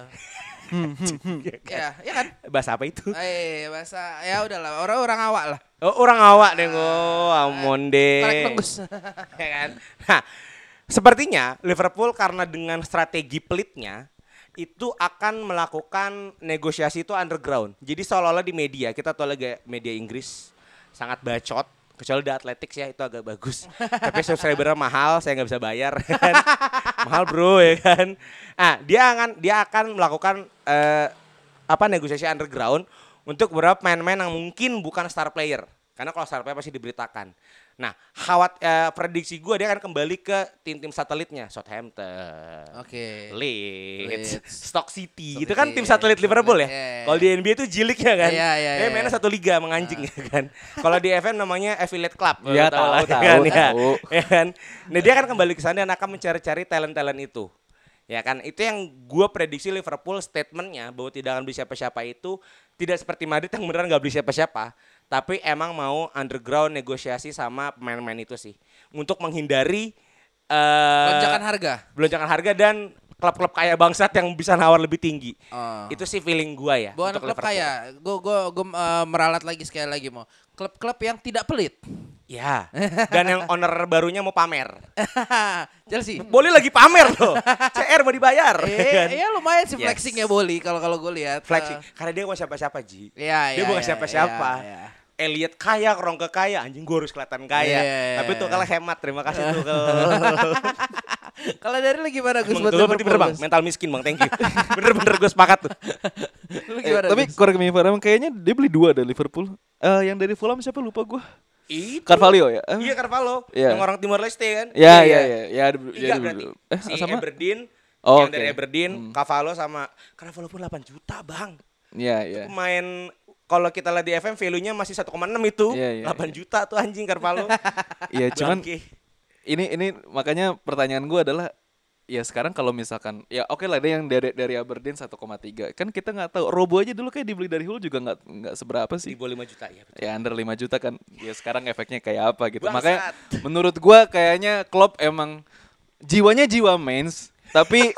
Ya kan. Bahasa apa itu? Bahasa ya udahlah, orang awak lah. Oh, orang awak deh, amonde. Korek tembus. Ya kan? Nah, sepertinya Liverpool karena dengan strategi pelitnya itu akan melakukan negosiasi itu underground. Jadi seolah-olah di media, kita tahu lagi media Inggris sangat bacot, kecuali The Athletics ya, itu agak bagus. Tapi subscribernya mahal, saya nggak bisa bayar kan. Mahal bro ya kan. Nah, dia akan melakukan negosiasi underground untuk beberapa pemain-pemain yang mungkin bukan star player. Karena kalau star player pasti diberitakan. Nah, prediksi gue dia akan kembali ke tim-tim satelitnya, Southampton, Oke. Leeds, Leeds. Stoke City. Stoke Itu kan City, tim satelit Liverpool ya. iya. Kalau di NBA itu jiliknya kan. Iya. Dia mainnya satu liga menganjing ya kan. Kalau di FM namanya Affiliate Club. Iya, Lu lah, tahu, kan, ya. tahu. Ya kan. Nah, dia akan kembali ke sana dan akan mencari-cari talent-talent itu. Ya kan, itu yang gue prediksi Liverpool statementnya bahwa tidak akan beli siapa-siapa itu tidak seperti Madrid yang beneran nggak beli siapa-siapa, tapi emang mau underground negosiasi sama pemain-pemain itu sih untuk menghindari Lonjakan harga dan klub-klub kaya bangsat yang bisa nawar lebih tinggi. Itu sih feeling gua ya. Bukan klub kaya. Gue meralat lagi sekali lagi mau. Klub-klub yang tidak pelit. Ya. Dan yang owner barunya mau pamer. Chelsea. Boleh lagi pamer loh. CR mau dibayar. Iya lumayan sih flexingnya Boli kalau gue lihat. Flexing. Karena dia bukan siapa-siapa Ji. Iya. Dia bukan siapa-siapa. Elliot kaya, Kroenke kaya, anjing gue harus kelihatan kaya. Tapi tuh kalau hemat, terima kasih tuh. Kalau dari lu gimana Gus? Gue berarti bener bang, mental miskin bang, thank you. Bener-bener gue sepakat tuh. Lu gimana, Tapi Gus? correct me if I'm wrong, kayaknya dia beli 2 dari Liverpool. Yang dari Fulham siapa lupa gue. Itu. Carvalho ya? Iya Carvalho, Iya. yang orang Timor Leste kan? Iya. Tiga berarti. Si sama? Aberdeen, Oh, yang oke. dari Aberdeen, Carvalho sama Carvalho pun 8 juta bang. Iya. Pemain kalau kita lihat di FM value-nya masih 1,6 itu. Iya. 8 juta tuh anjing Carvalho. Iya, cuman Bangke. ini makanya pertanyaan gue adalah ya sekarang kalau misalkan ya oke lah dia yang dari Aberdeen 1,3 kan kita nggak tahu Robo aja dulu kayak dibeli dari Hull juga nggak seberapa di sih bawah 5 juta ya. Betul. ya under 5 juta kan ya sekarang efeknya kayak apa gitu Bangsat. makanya menurut gue kayaknya Klopp emang jiwanya jiwa Mainz tapi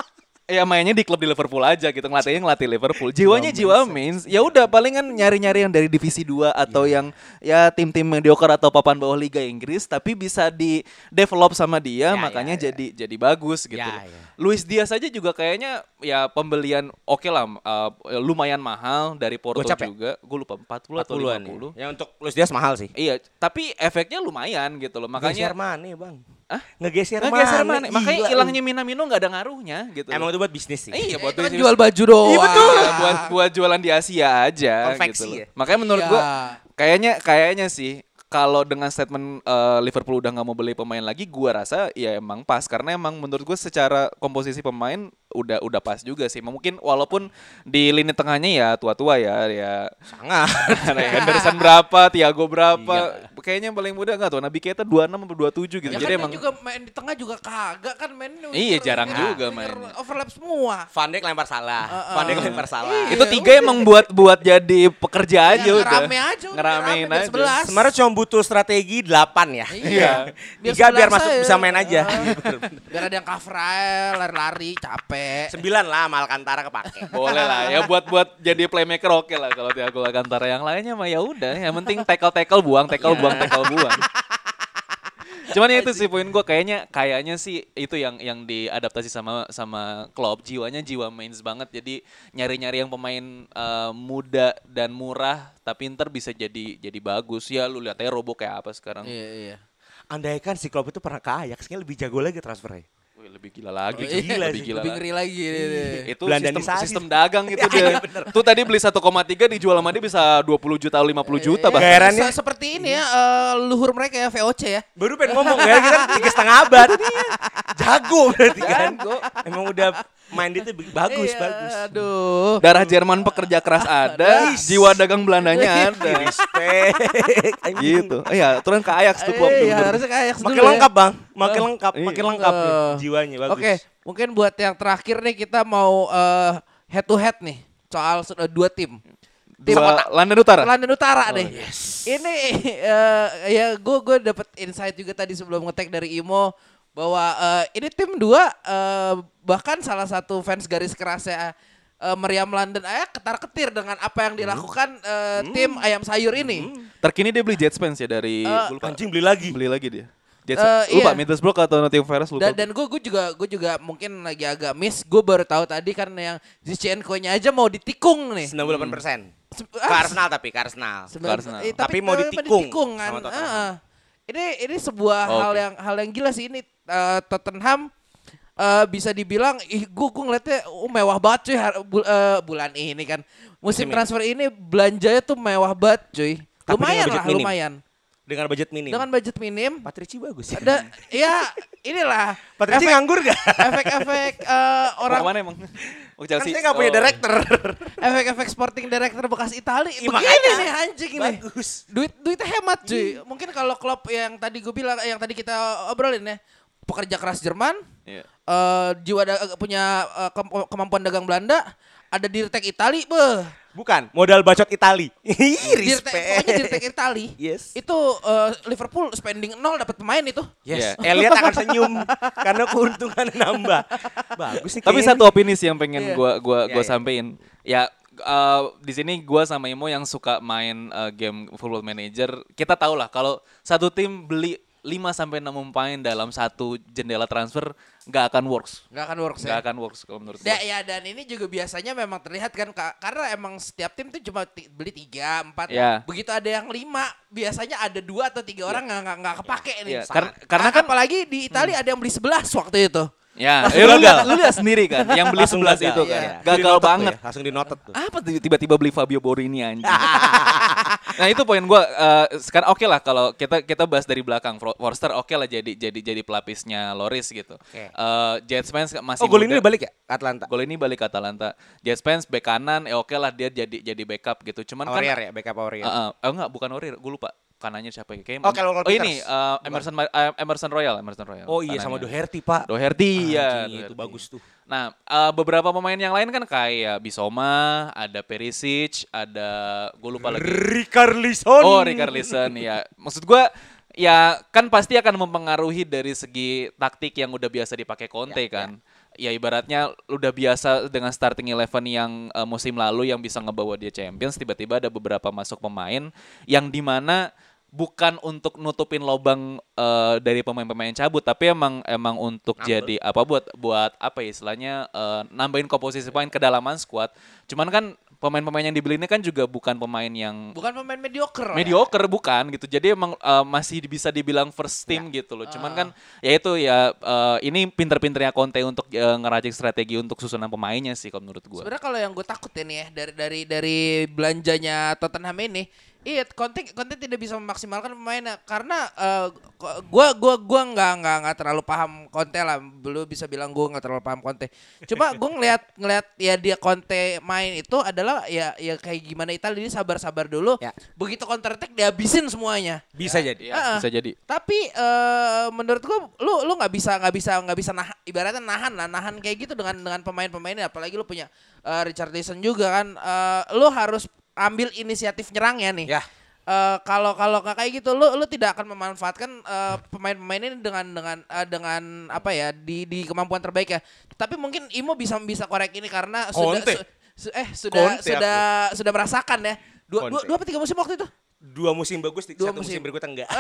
ya mainnya di klub di Liverpool aja gitu ngelatih Liverpool jiwanya jiwa Mainz ya udah palingan nyari-nyari yang dari divisi 2 atau yang ya tim-tim mediocre atau papan bawah Liga Inggris tapi bisa di develop sama dia makanya jadi bagus gitu. Luis Diaz aja juga kayaknya ya pembelian oke lah lumayan mahal dari Porto Gocap ya? juga gue lupa 40 atau 50 Ya untuk Luis Diaz mahal sih. iya tapi efeknya lumayan gitu loh Makanya makanya Mane bang. Hah? Ngegeser ngegeser Mane. Mane. Makanya Gila, hilangnya Minamino nggak ada ngaruhnya gitu. Emang itu buat bisnis sih. Iya buat Itu kan bisnis. jual baju doang. Iya betul. buat jualan di Asia aja Konveksi gitu loh. ya? Makanya menurut Iya. gua kayaknya sih kalau dengan statement Liverpool udah nggak mau beli pemain lagi, gua rasa ya emang pas karena emang menurut gua secara komposisi pemain udah pas juga sih. Mungkin walaupun di lini tengahnya ya tua-tua ya Sangat. Henderson berapa, Thiago berapa, Iya. kayaknya paling muda nggak tuh. Nabi Keita 26 atau 27 gitu. Ya Jadi kan emang dia juga main di tengah juga kagak kan main. Iya, jarang juga main. Overlap semua. Van Dijk lempar salah. Van Dijk lempar salah. Iya. itu 3 emang buat jadi pekerja aja udah. Ngerame aja. Ngeramein biar aja. 11. Sebenarnya cuma butuh strategi 8 ya. Iya. 3 biar 11 masuk aja. bisa main aja. Biar ada yang cover aja, lari-lari, capek. 9 lah sama Alcantara kepake. Boleh lah ya buat jadi playmaker oke lah kalau Thiago Alcantara yang lainnya mah ya udah yang penting tackle buang. Cuman ya itu sih poin gue kayaknya sih itu yang diadaptasi sama Klopp jiwanya jiwa Mainz banget jadi nyari-nyari yang pemain muda dan murah tapi ntar bisa jadi bagus ya lu lihat aja Robo kayak apa sekarang. Iya. Andaikan si Klopp itu pernah ke Ajax, kayaknya lebih jago lagi transfernya. Wih, lebih gila lagi. Gila lebih sih, gila Lebih lagi. ngeri lagi. Itu Belandanisasi. sistem dagang gitu dia. Tuh tadi beli 1,3 dijual sama dia bisa 20 juta 50 juta Gak bahkan. heran ya. Seperti ini ya luhur mereka ya VOC ya. Baru pengen ngomong ya, kita 3,5 abad. Jago berarti kan. Emang udah main itu bagus. Aduh. Darah Jerman pekerja keras ada, jiwa dagang Belandanya ada. Respect. Gitu. Iya, turun ke Ajax tuh Klopp Iya, dulu. harusnya kayak Ajax dulu Makin lengkap bang, makin Iya. lengkap ya. Jiwanya bagus. Oke, mungkin buat yang terakhir nih kita mau head to head nih soal 2 tim. London Utara. London Utara deh. Ini ya gue dapet insight juga tadi sebelum ngetek dari Imo bahwa ini tim 2 bahkan salah satu fans garis kerasnya Meriam London ketar-ketir dengan apa yang dilakukan tim ayam sayur ini. Terkini dia beli Jet Spence ya dari gua lupa. Anjing beli lagi. Beli lagi dia. Jet iya. lupa Middlesbrough atau Nottingham Forest lupa. Dan gue juga mungkin lagi agak miss. Gue baru tahu tadi kan yang Zinchenko-nya aja mau ditikung nih. 98%. Ke Arsenal tapi ke Arsenal. Arsenal. Tapi mau ditikung kan. sama Tottenham. Ini sebuah hal yang gila sih ini Tottenham bisa dibilang gue ngeliatnya mewah banget cuy bulan ini kan. Musim transfer ini belanjanya tuh mewah banget cuy. Tapi Lumayan dengan lah, budget minim. lumayan. Dengan budget minim. Dengan budget minim. Patrici bagus ya. Ada ya inilah Patrici nganggur gak? efek-efek orang Mana emang? Oh, Kan Chelsea. saya gak punya director. efek-efek sporting director bekas Itali. Iya, Begini makanya. nih anjing ini. Bagus. Duitnya hemat cuy. Mungkin kalau klub yang tadi gue bilang yang tadi kita obrolin ya, pekerja keras Jerman, Iya. jiwa punya kemampuan dagang Belanda, ada Dirtek Itali, Bukan, modal bacot Itali. Pokoknya Dirtek Itali. Yes. Itu Liverpool spending 0 dapat pemain itu. Yes. Elliot akan senyum karena keuntungan nambah. Bagus nih. Tapi kayaknya satu opini sih yang pengen Iya. gua Iya, iya. sampein. Ya di sini gua sama Imo yang suka main game Football Manager, kita tahu lah kalau satu tim beli 5 sampai 6 pemain dalam satu jendela transfer nggak akan works. Nggak akan works Nggak ya. akan works kalau menurut gua. Ya, dan ini juga biasanya memang terlihat kan karena emang setiap tim tuh cuma beli 3, 4. Ya. Begitu ada yang 5, biasanya ada 2 atau 3 orang nggak kepake nih. Ya, karena kan apalagi di Italia ada yang beli 11 waktu itu. ya, Langsung lu lihat sendiri kan yang beli Langsung 11 gagal, itu kan. iya. Gagal Di-noted tuh banget. ya, langsung dinotet tuh. Apa tiba-tiba beli Fabio Borini anjing. Nah itu poin gue. Sekarang oke lah kalau kita bahas dari belakang. Forster oke lah jadi pelapisnya Loris gitu. Oke. Jets fans masih Oh, gol ini muda. balik ya ke Atlanta. Gol ini balik ke Atalanta. Jets fans bek kanan oke lah dia jadi backup gitu. Cuman Aurier kan ya, backup Aurier. enggak bukan Aurier, gue lupa. Kanannya siapa ya? Kayaknya Oh, Callum ini Peters. Emerson Royal. Oh iya, sama kanannya. Doherty, Pak. Doherty ya. Anjing, itu Doherty. bagus tuh. Nah, beberapa pemain yang lain kan kayak Bisoma, ada Perisic, ada gue lupa lagi. Richarlison. Oh, Richarlison ya. Maksud gua ya kan pasti akan mempengaruhi dari segi taktik yang udah biasa dipakai Conte kan. Ya ibaratnya udah biasa dengan starting 11 yang musim lalu yang bisa ngebawa dia Champions, tiba-tiba ada beberapa masuk pemain yang dimana bukan untuk nutupin lobang dari pemain-pemain cabut, tapi emang untuk jadi apa buat apa ya istilahnya nambahin komposisi pemain kedalaman squad. Cuman kan pemain-pemain yang dibeli ini kan juga bukan pemain yang Bukan pemain mediocre. lah ya. mediocre bukan gitu. Jadi emang masih bisa dibilang first team gitu loh. Cuman kan ya itu ya ini pinter-pinternya Conte untuk ngeracik strategi untuk susunan pemainnya sih kalau menurut gua. Sebenarnya kalau yang gue takut ini ya dari belanjanya Tottenham ini, iya Conte tidak bisa memaksimalkan pemainnya karena gua nggak terlalu paham Conte lah, belum bisa bilang gua nggak terlalu paham Conte. Cuma gua ngelihat ya dia Conte main itu adalah ya kayak gimana Italia, dia sabar dulu. Ya. Begitu counter attack dihabisin semuanya. Bisa jadi. Ya, bisa jadi. Tapi menurut gua lu nggak bisa ibaratnya nahan kayak gitu dengan pemain-pemainnya, apalagi lu punya Richarlison juga kan, lu harus ambil inisiatif nyerangnya nih. Ya. Kalau nggak kayak gitu, lu tidak akan memanfaatkan pemain-pemain ini dengan apa ya di kemampuan terbaik ya. Tapi mungkin Imo bisa korek ini karena Conte. sudah merasakan ya. Dua apa 3 musim waktu itu? 2 musim bagus, 1 2 musim musim. berikutnya enggak.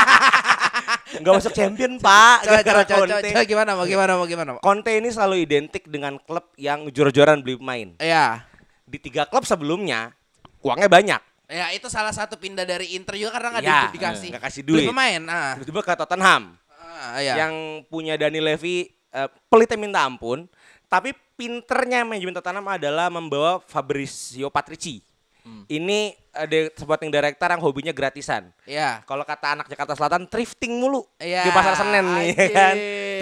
Enggak masuk champion, Pak. Gara-gara Conte. Coba gimana? Conte ini selalu identik dengan klub yang jor-joran beli pemain. Ya. Di 3 klub sebelumnya uangnya banyak. Ya itu salah satu pindah dari Inter juga karena nggak Ya, dikasih. nggak kasih Beli duit. pemain. Tiba-tiba ke Tottenham Iya. yang punya Dani Levy pelitnya minta ampun, tapi pinternya manajemen Tottenham adalah membawa Fabrizio Patrici. Ini ada sporting director yang hobinya gratisan. Iya. Kalau kata anak Jakarta Selatan, thrifting mulu Iya, di pasar Senen nih, ya kan?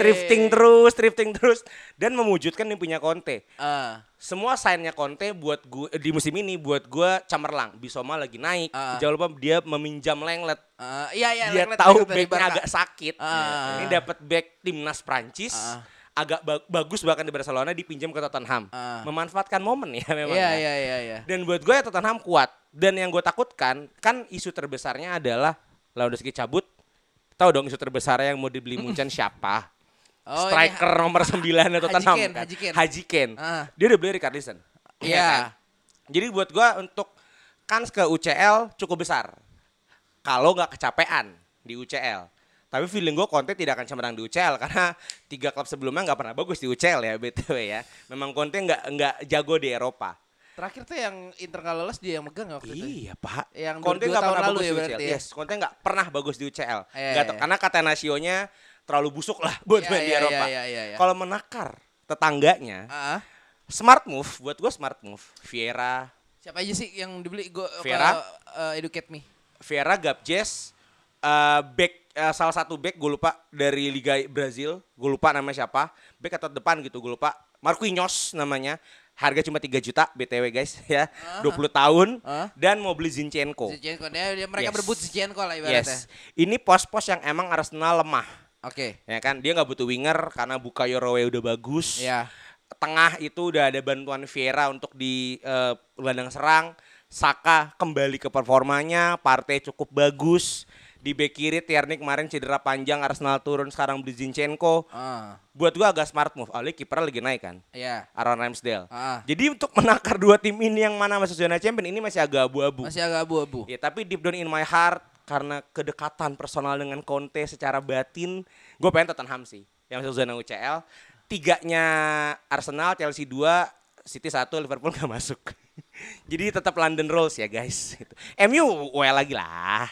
Thrifting terus dan memwujudkan yang punya Conte. Semua sign-nya Conte buat gue di musim ini buat gue cemerlang. Bisoma lagi naik, jangan lupa dia meminjam Lenglet. Iya, Dia Lenglet tahu dari backnya Barca. agak sakit. Ini dapat back timnas Prancis. Agak bagus bahkan di Barcelona, dipinjam ke Tottenham. Memanfaatkan momen ya memang. Iya, ya. iya. Dan buat gue ya Tottenham kuat. Dan yang gue takutkan kan isu terbesarnya adalah Lewandowski cabut. Tahu dong isu terbesarnya yang mau dibeli Munchen siapa? Oh, Striker nomor 9 Tottenham. Haji kan? Kane. Haji Kane. Dia udah beli Richarlison. Iya. kan? Jadi buat gue untuk kans ke UCL cukup besar. Kalau nggak kecapean di UCL. Tapi feeling gue Conte tidak akan cemerlang di UCL karena 3 klub sebelumnya nggak pernah bagus di UCL ya BTW ya. Memang Conte nggak jago di Eropa. Terakhir tuh yang Inter nggak lolos dia yang megang waktu itu. Iya Pak. Yang Conte 2 nggak tahun pernah lalu bagus ya di berarti UCL. ya? Yes, Conte nggak pernah bagus di UCL. Iya, Nggak iya. karena kata Nasionya terlalu busuk lah buat main di Eropa. Iya. Kalau menakar tetangganya, Ah. smart move buat gue smart move. Vieira, Siapa aja sih yang dibeli? Gue Vera? educate me. Gabjes, back salah satu back gue lupa dari Liga Brazil, gue lupa namanya siapa, back atau depan gitu gue lupa, Marquinhos namanya, harga cuma 3 juta BTW guys ya, 20 tahun dan mau beli Zinchenko. Zinchenko, mereka Yes. berebut Zinchenko lah ibaratnya. Yes, ini pos-pos yang emang Arsenal lemah, Oke. ya kan, dia nggak butuh winger karena Bukayo Rowe udah bagus. Iya. tengah itu udah ada bantuan Vieira untuk di gelandang serang. Saka kembali ke performanya, Partey cukup bagus. Di bek kiri Tierney kemarin cedera panjang, Arsenal turun, sekarang beli Zinchenko. Buat gua agak smart move. Oleh kiper lagi naik kan. Iya. Aaron Ramsdale. Jadi untuk menakar dua tim ini yang mana masuk zona champion ini masih agak abu-abu. Masih agak abu-abu. Ya, tapi deep down in my heart karena kedekatan personal dengan Conte secara batin, gue pengen Tottenham sih yang masuk zona UCL. 3-nya Arsenal, Chelsea 2, City 1, Liverpool gak masuk. Jadi tetap London Rolls ya guys. MU well lagi lah.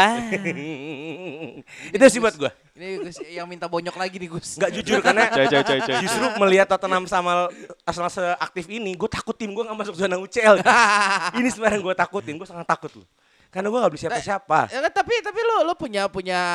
Itu sih buat gue. Ini Gus yang minta bonyok lagi nih Gus. Gak jujur karena Coy. justru melihat Tottenham sama Arsenal seaktif ini, gue takut tim gue gak masuk zona UCL. Ini sebenarnya gue takutin, gue sangat takut loh. Karena gue gak beli siapa-siapa. Ya kan, tapi lo punya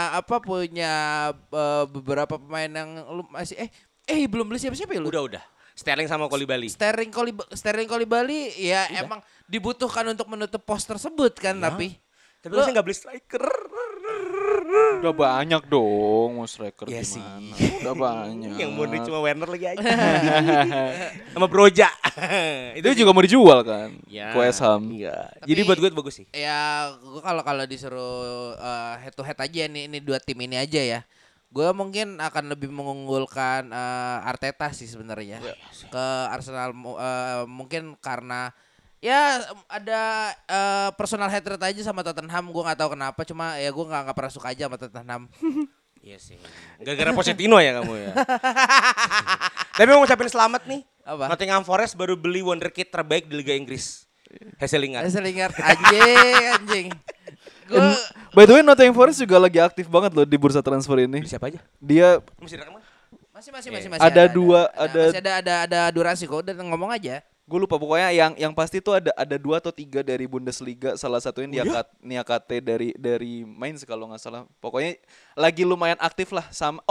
beberapa pemain yang lu masih belum beli siapa-siapa ya lu? Udah. Sterling sama Koulibaly. Sterling Koulibaly ya udah. Emang dibutuhkan untuk menutup pos tersebut kan ya. Tapi gue sih gak beli striker. Udah banyak dong mau striker Ya gimana. sih. Udah banyak. Yang Modric cuma Werner lagi aja. Sama Broja. Itu juga mau dijual kan? Ya. Ke West Ham. Iya. Tapi- Jadi buat gue bagus sih. ya gue kalau disuruh head to head aja nih, ini dua tim ini aja ya. Gue mungkin akan lebih mengunggulkan Arteta sih sebenarnya ke Arsenal, mungkin karena ya ada personal hatred aja sama Tottenham. Gue nggak tahu kenapa, cuma ya gue nggak pernah suka aja sama Tottenham. Iya sih. Gara-gara Pochettino ya kamu ya. Tapi mau ngucapin selamat nih. Apa? Nottingham Forest baru beli wonderkid terbaik di Liga Inggris. Hasil Lingard. Lingard anjing. Gue By the way, Nottingham Forest juga lagi aktif banget loh di bursa transfer ini. Beli siapa aja? Dia Masih rekaman? masih Ada dua- masih ada durasi kok, udah ngomong aja. gue lupa pokoknya yang pasti tuh ada 2 atau 3 dari Bundesliga, salah satunya Niakate dari Mainz kalau nggak salah. Pokoknya lagi lumayan aktif lah sama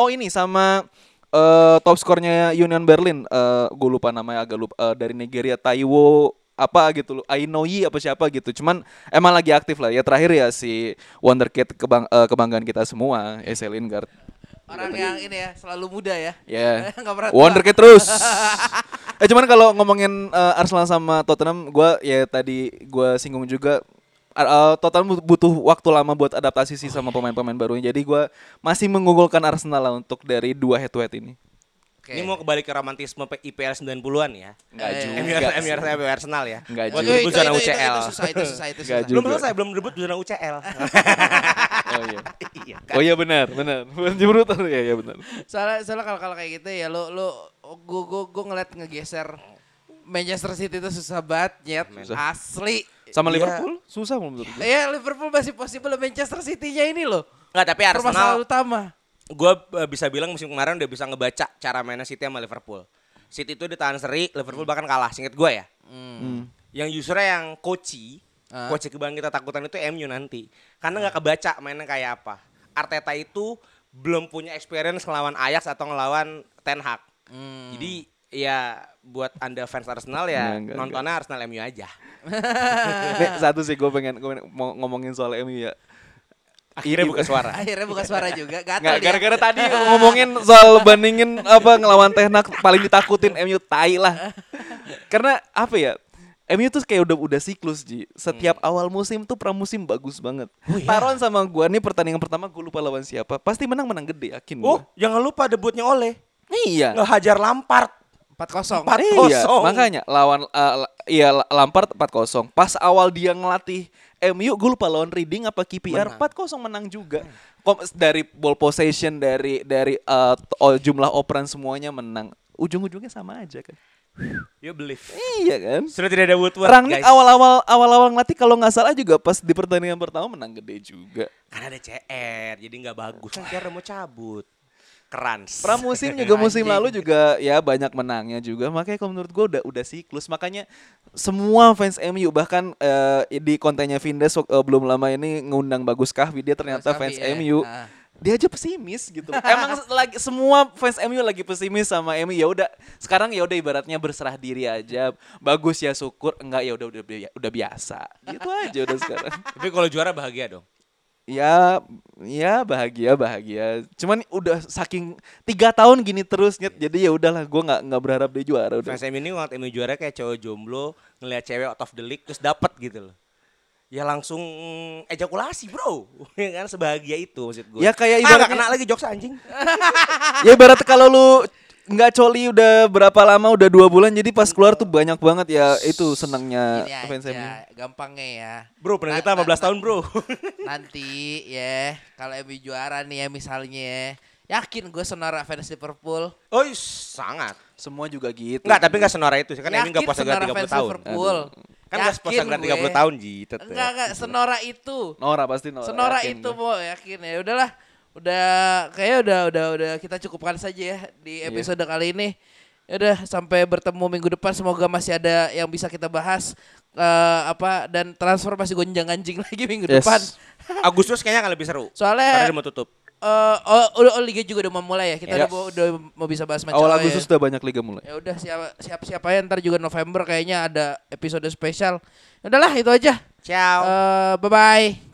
top skornya Union Berlin. Gue lupa namanya, agak lupa, dari Nigeria, Taiwo apa gitu loh, Ainoyi apa siapa gitu. Cuman emang lagi aktif lah. Ya terakhir ya si wonderkid kebanggaan kita semua, Hasil Lingard. Orang yang ini ya selalu muda ya. Ya. Nggak pernah tua. Wonderkid terus. Cuman kalau ngomongin Arsenal sama Tottenham, tadi gue singgung juga, Tottenham butuh waktu lama buat adaptasi sih sama pemain-pemain barunya. Jadi gue masih mengunggulkan Arsenal lah untuk dari 2 head to head ini. Ini mau kembali ke romantisme IPL 90-an ya. Enggak MU Arsenal ya. Enggak Buat juga. debut zona UCL. Itu susah. Enggak juga. Belum selesai, belum debut zona UCL. Oh iya. Iya kan? Oh iya benar. Jembrut ya benar. Soalnya kalau kayak gitu ya gue ngeliat ngegeser Manchester City itu susah banget, nyet. Susah. Asli. Sama Iya. Liverpool susah menurut gue. Ya Liverpool masih possible, Manchester City-nya ini loh. Enggak, tapi Permasalahan Arsenal utama. gue bisa bilang musim kemarin udah bisa ngebaca cara mainnya City sama Liverpool. City itu ditahan seri, Liverpool bahkan kalah, singkat gue ya. Yang justru yang coach kebanggaan kita takutan itu MU nanti. Karena nggak kebaca mainnya kayak apa. Arteta itu belum punya experience ngelawan Ajax atau ngelawan Ten Hag. Jadi ya buat Anda fans Arsenal ya nontonnya Arsenal MU aja. Nih, satu sih gue pengen mau ngomongin soal MU ya. Akhirnya buka suara. Akhirnya buka suara juga. Nggak, Gatel dia. gara-gara tadi ngomongin soal bandingin ngelawan Ten Hag, paling ditakutin MU, tai lah. Karena apa ya? MU tuh kayak udah siklus, Ji. Setiap awal musim tuh pramusim bagus banget. Taruhan sama gua nih pertandingan pertama gue lupa lawan siapa. Pasti menang gede, yakin Oh, gua. jangan lupa debutnya Ole. Iya. Ngehajar Lampard. 4-0. 4-0. Iya, makanya lawan Lampard 4-0. Pas awal dia ngelatih MU, gue lupa lawan Reading apa KPR, 4-0 menang juga. Dari ball possession, dari jumlah operan semuanya menang. Ujung-ujungnya sama aja kan. You believe. Iya kan? Sudah tidak ada Woodward, Rangnick guys. awal-awal ngelatih kalau nggak salah juga pas di pertandingan pertama menang gede juga. Karena ada CR, jadi nggak bagus. Kan CR udah mau cabut. Kerans. Pramusim juga musim lalu juga ya banyak menangnya juga. Makanya kalau menurut gue udah siklus. Makanya semua fans MU bahkan di kontennya Vindes belum lama ini ngundang Bagus Kahvi, dia ternyata fans MU. Dia aja pesimis gitu. Emang lagi semua fans MU lagi pesimis sama MU. Ya udah, sekarang ya udah ibaratnya berserah diri aja. Bagus ya syukur, enggak ya udah biasa. Gitu aja udah sekarang. Tapi kalau juara bahagia dong. Ya bahagia. Cuman udah saking 3 tahun gini terus Nyet. Jadi ya udahlah, gue nggak berharap dia juara udah. Fans MU ini waktu MU juara kayak cowok jomblo ngeliat cewek out of the league terus dapet gitu loh. Ya langsung ejakulasi bro. Ya kan sebahagia itu maksud gue. Ya kayak nggak ibaratnya kena lagi jokes anjing. ya ibarat kalau lu nggak coli udah berapa lama, udah 2 bulan, jadi pas keluar tuh banyak banget ya itu senangnya Ini fans MU. aja, gampangnya ya. Bro pernah kita 15 tahun bro. Nanti ya kalau MU juara nih ya misalnya ya, yakin gue sonora fans Liverpool. Oh sangat. Semua juga gitu. Enggak, tapi enggak senora itu. Kan MU enggak puasa sonora gelar 30 fans tahun. Liverpool. Kan enggak puasa gelar 30 tahun Ji. Enggak, sonora itu. Nora pasti Nora. Sonora yakin itu gue. mau yakin ya. Udahlah. Kayaknya udah kita cukupkan saja ya di episode kali ini. Ya udah, sampai bertemu minggu depan, semoga masih ada yang bisa kita bahas dan transfer masih gonjang-ganjing lagi minggu depan. Agustus kayaknya akan lebih seru. Soalnya karena dia mau tutup. Liga juga udah mau mulai ya. Kita udah mau bisa bahas macam Awal Agustus udah banyak liga mulai. Ya udah, siap aja, ntar juga November kayaknya ada episode spesial. Udahlah, itu aja. Ciao. Bye bye.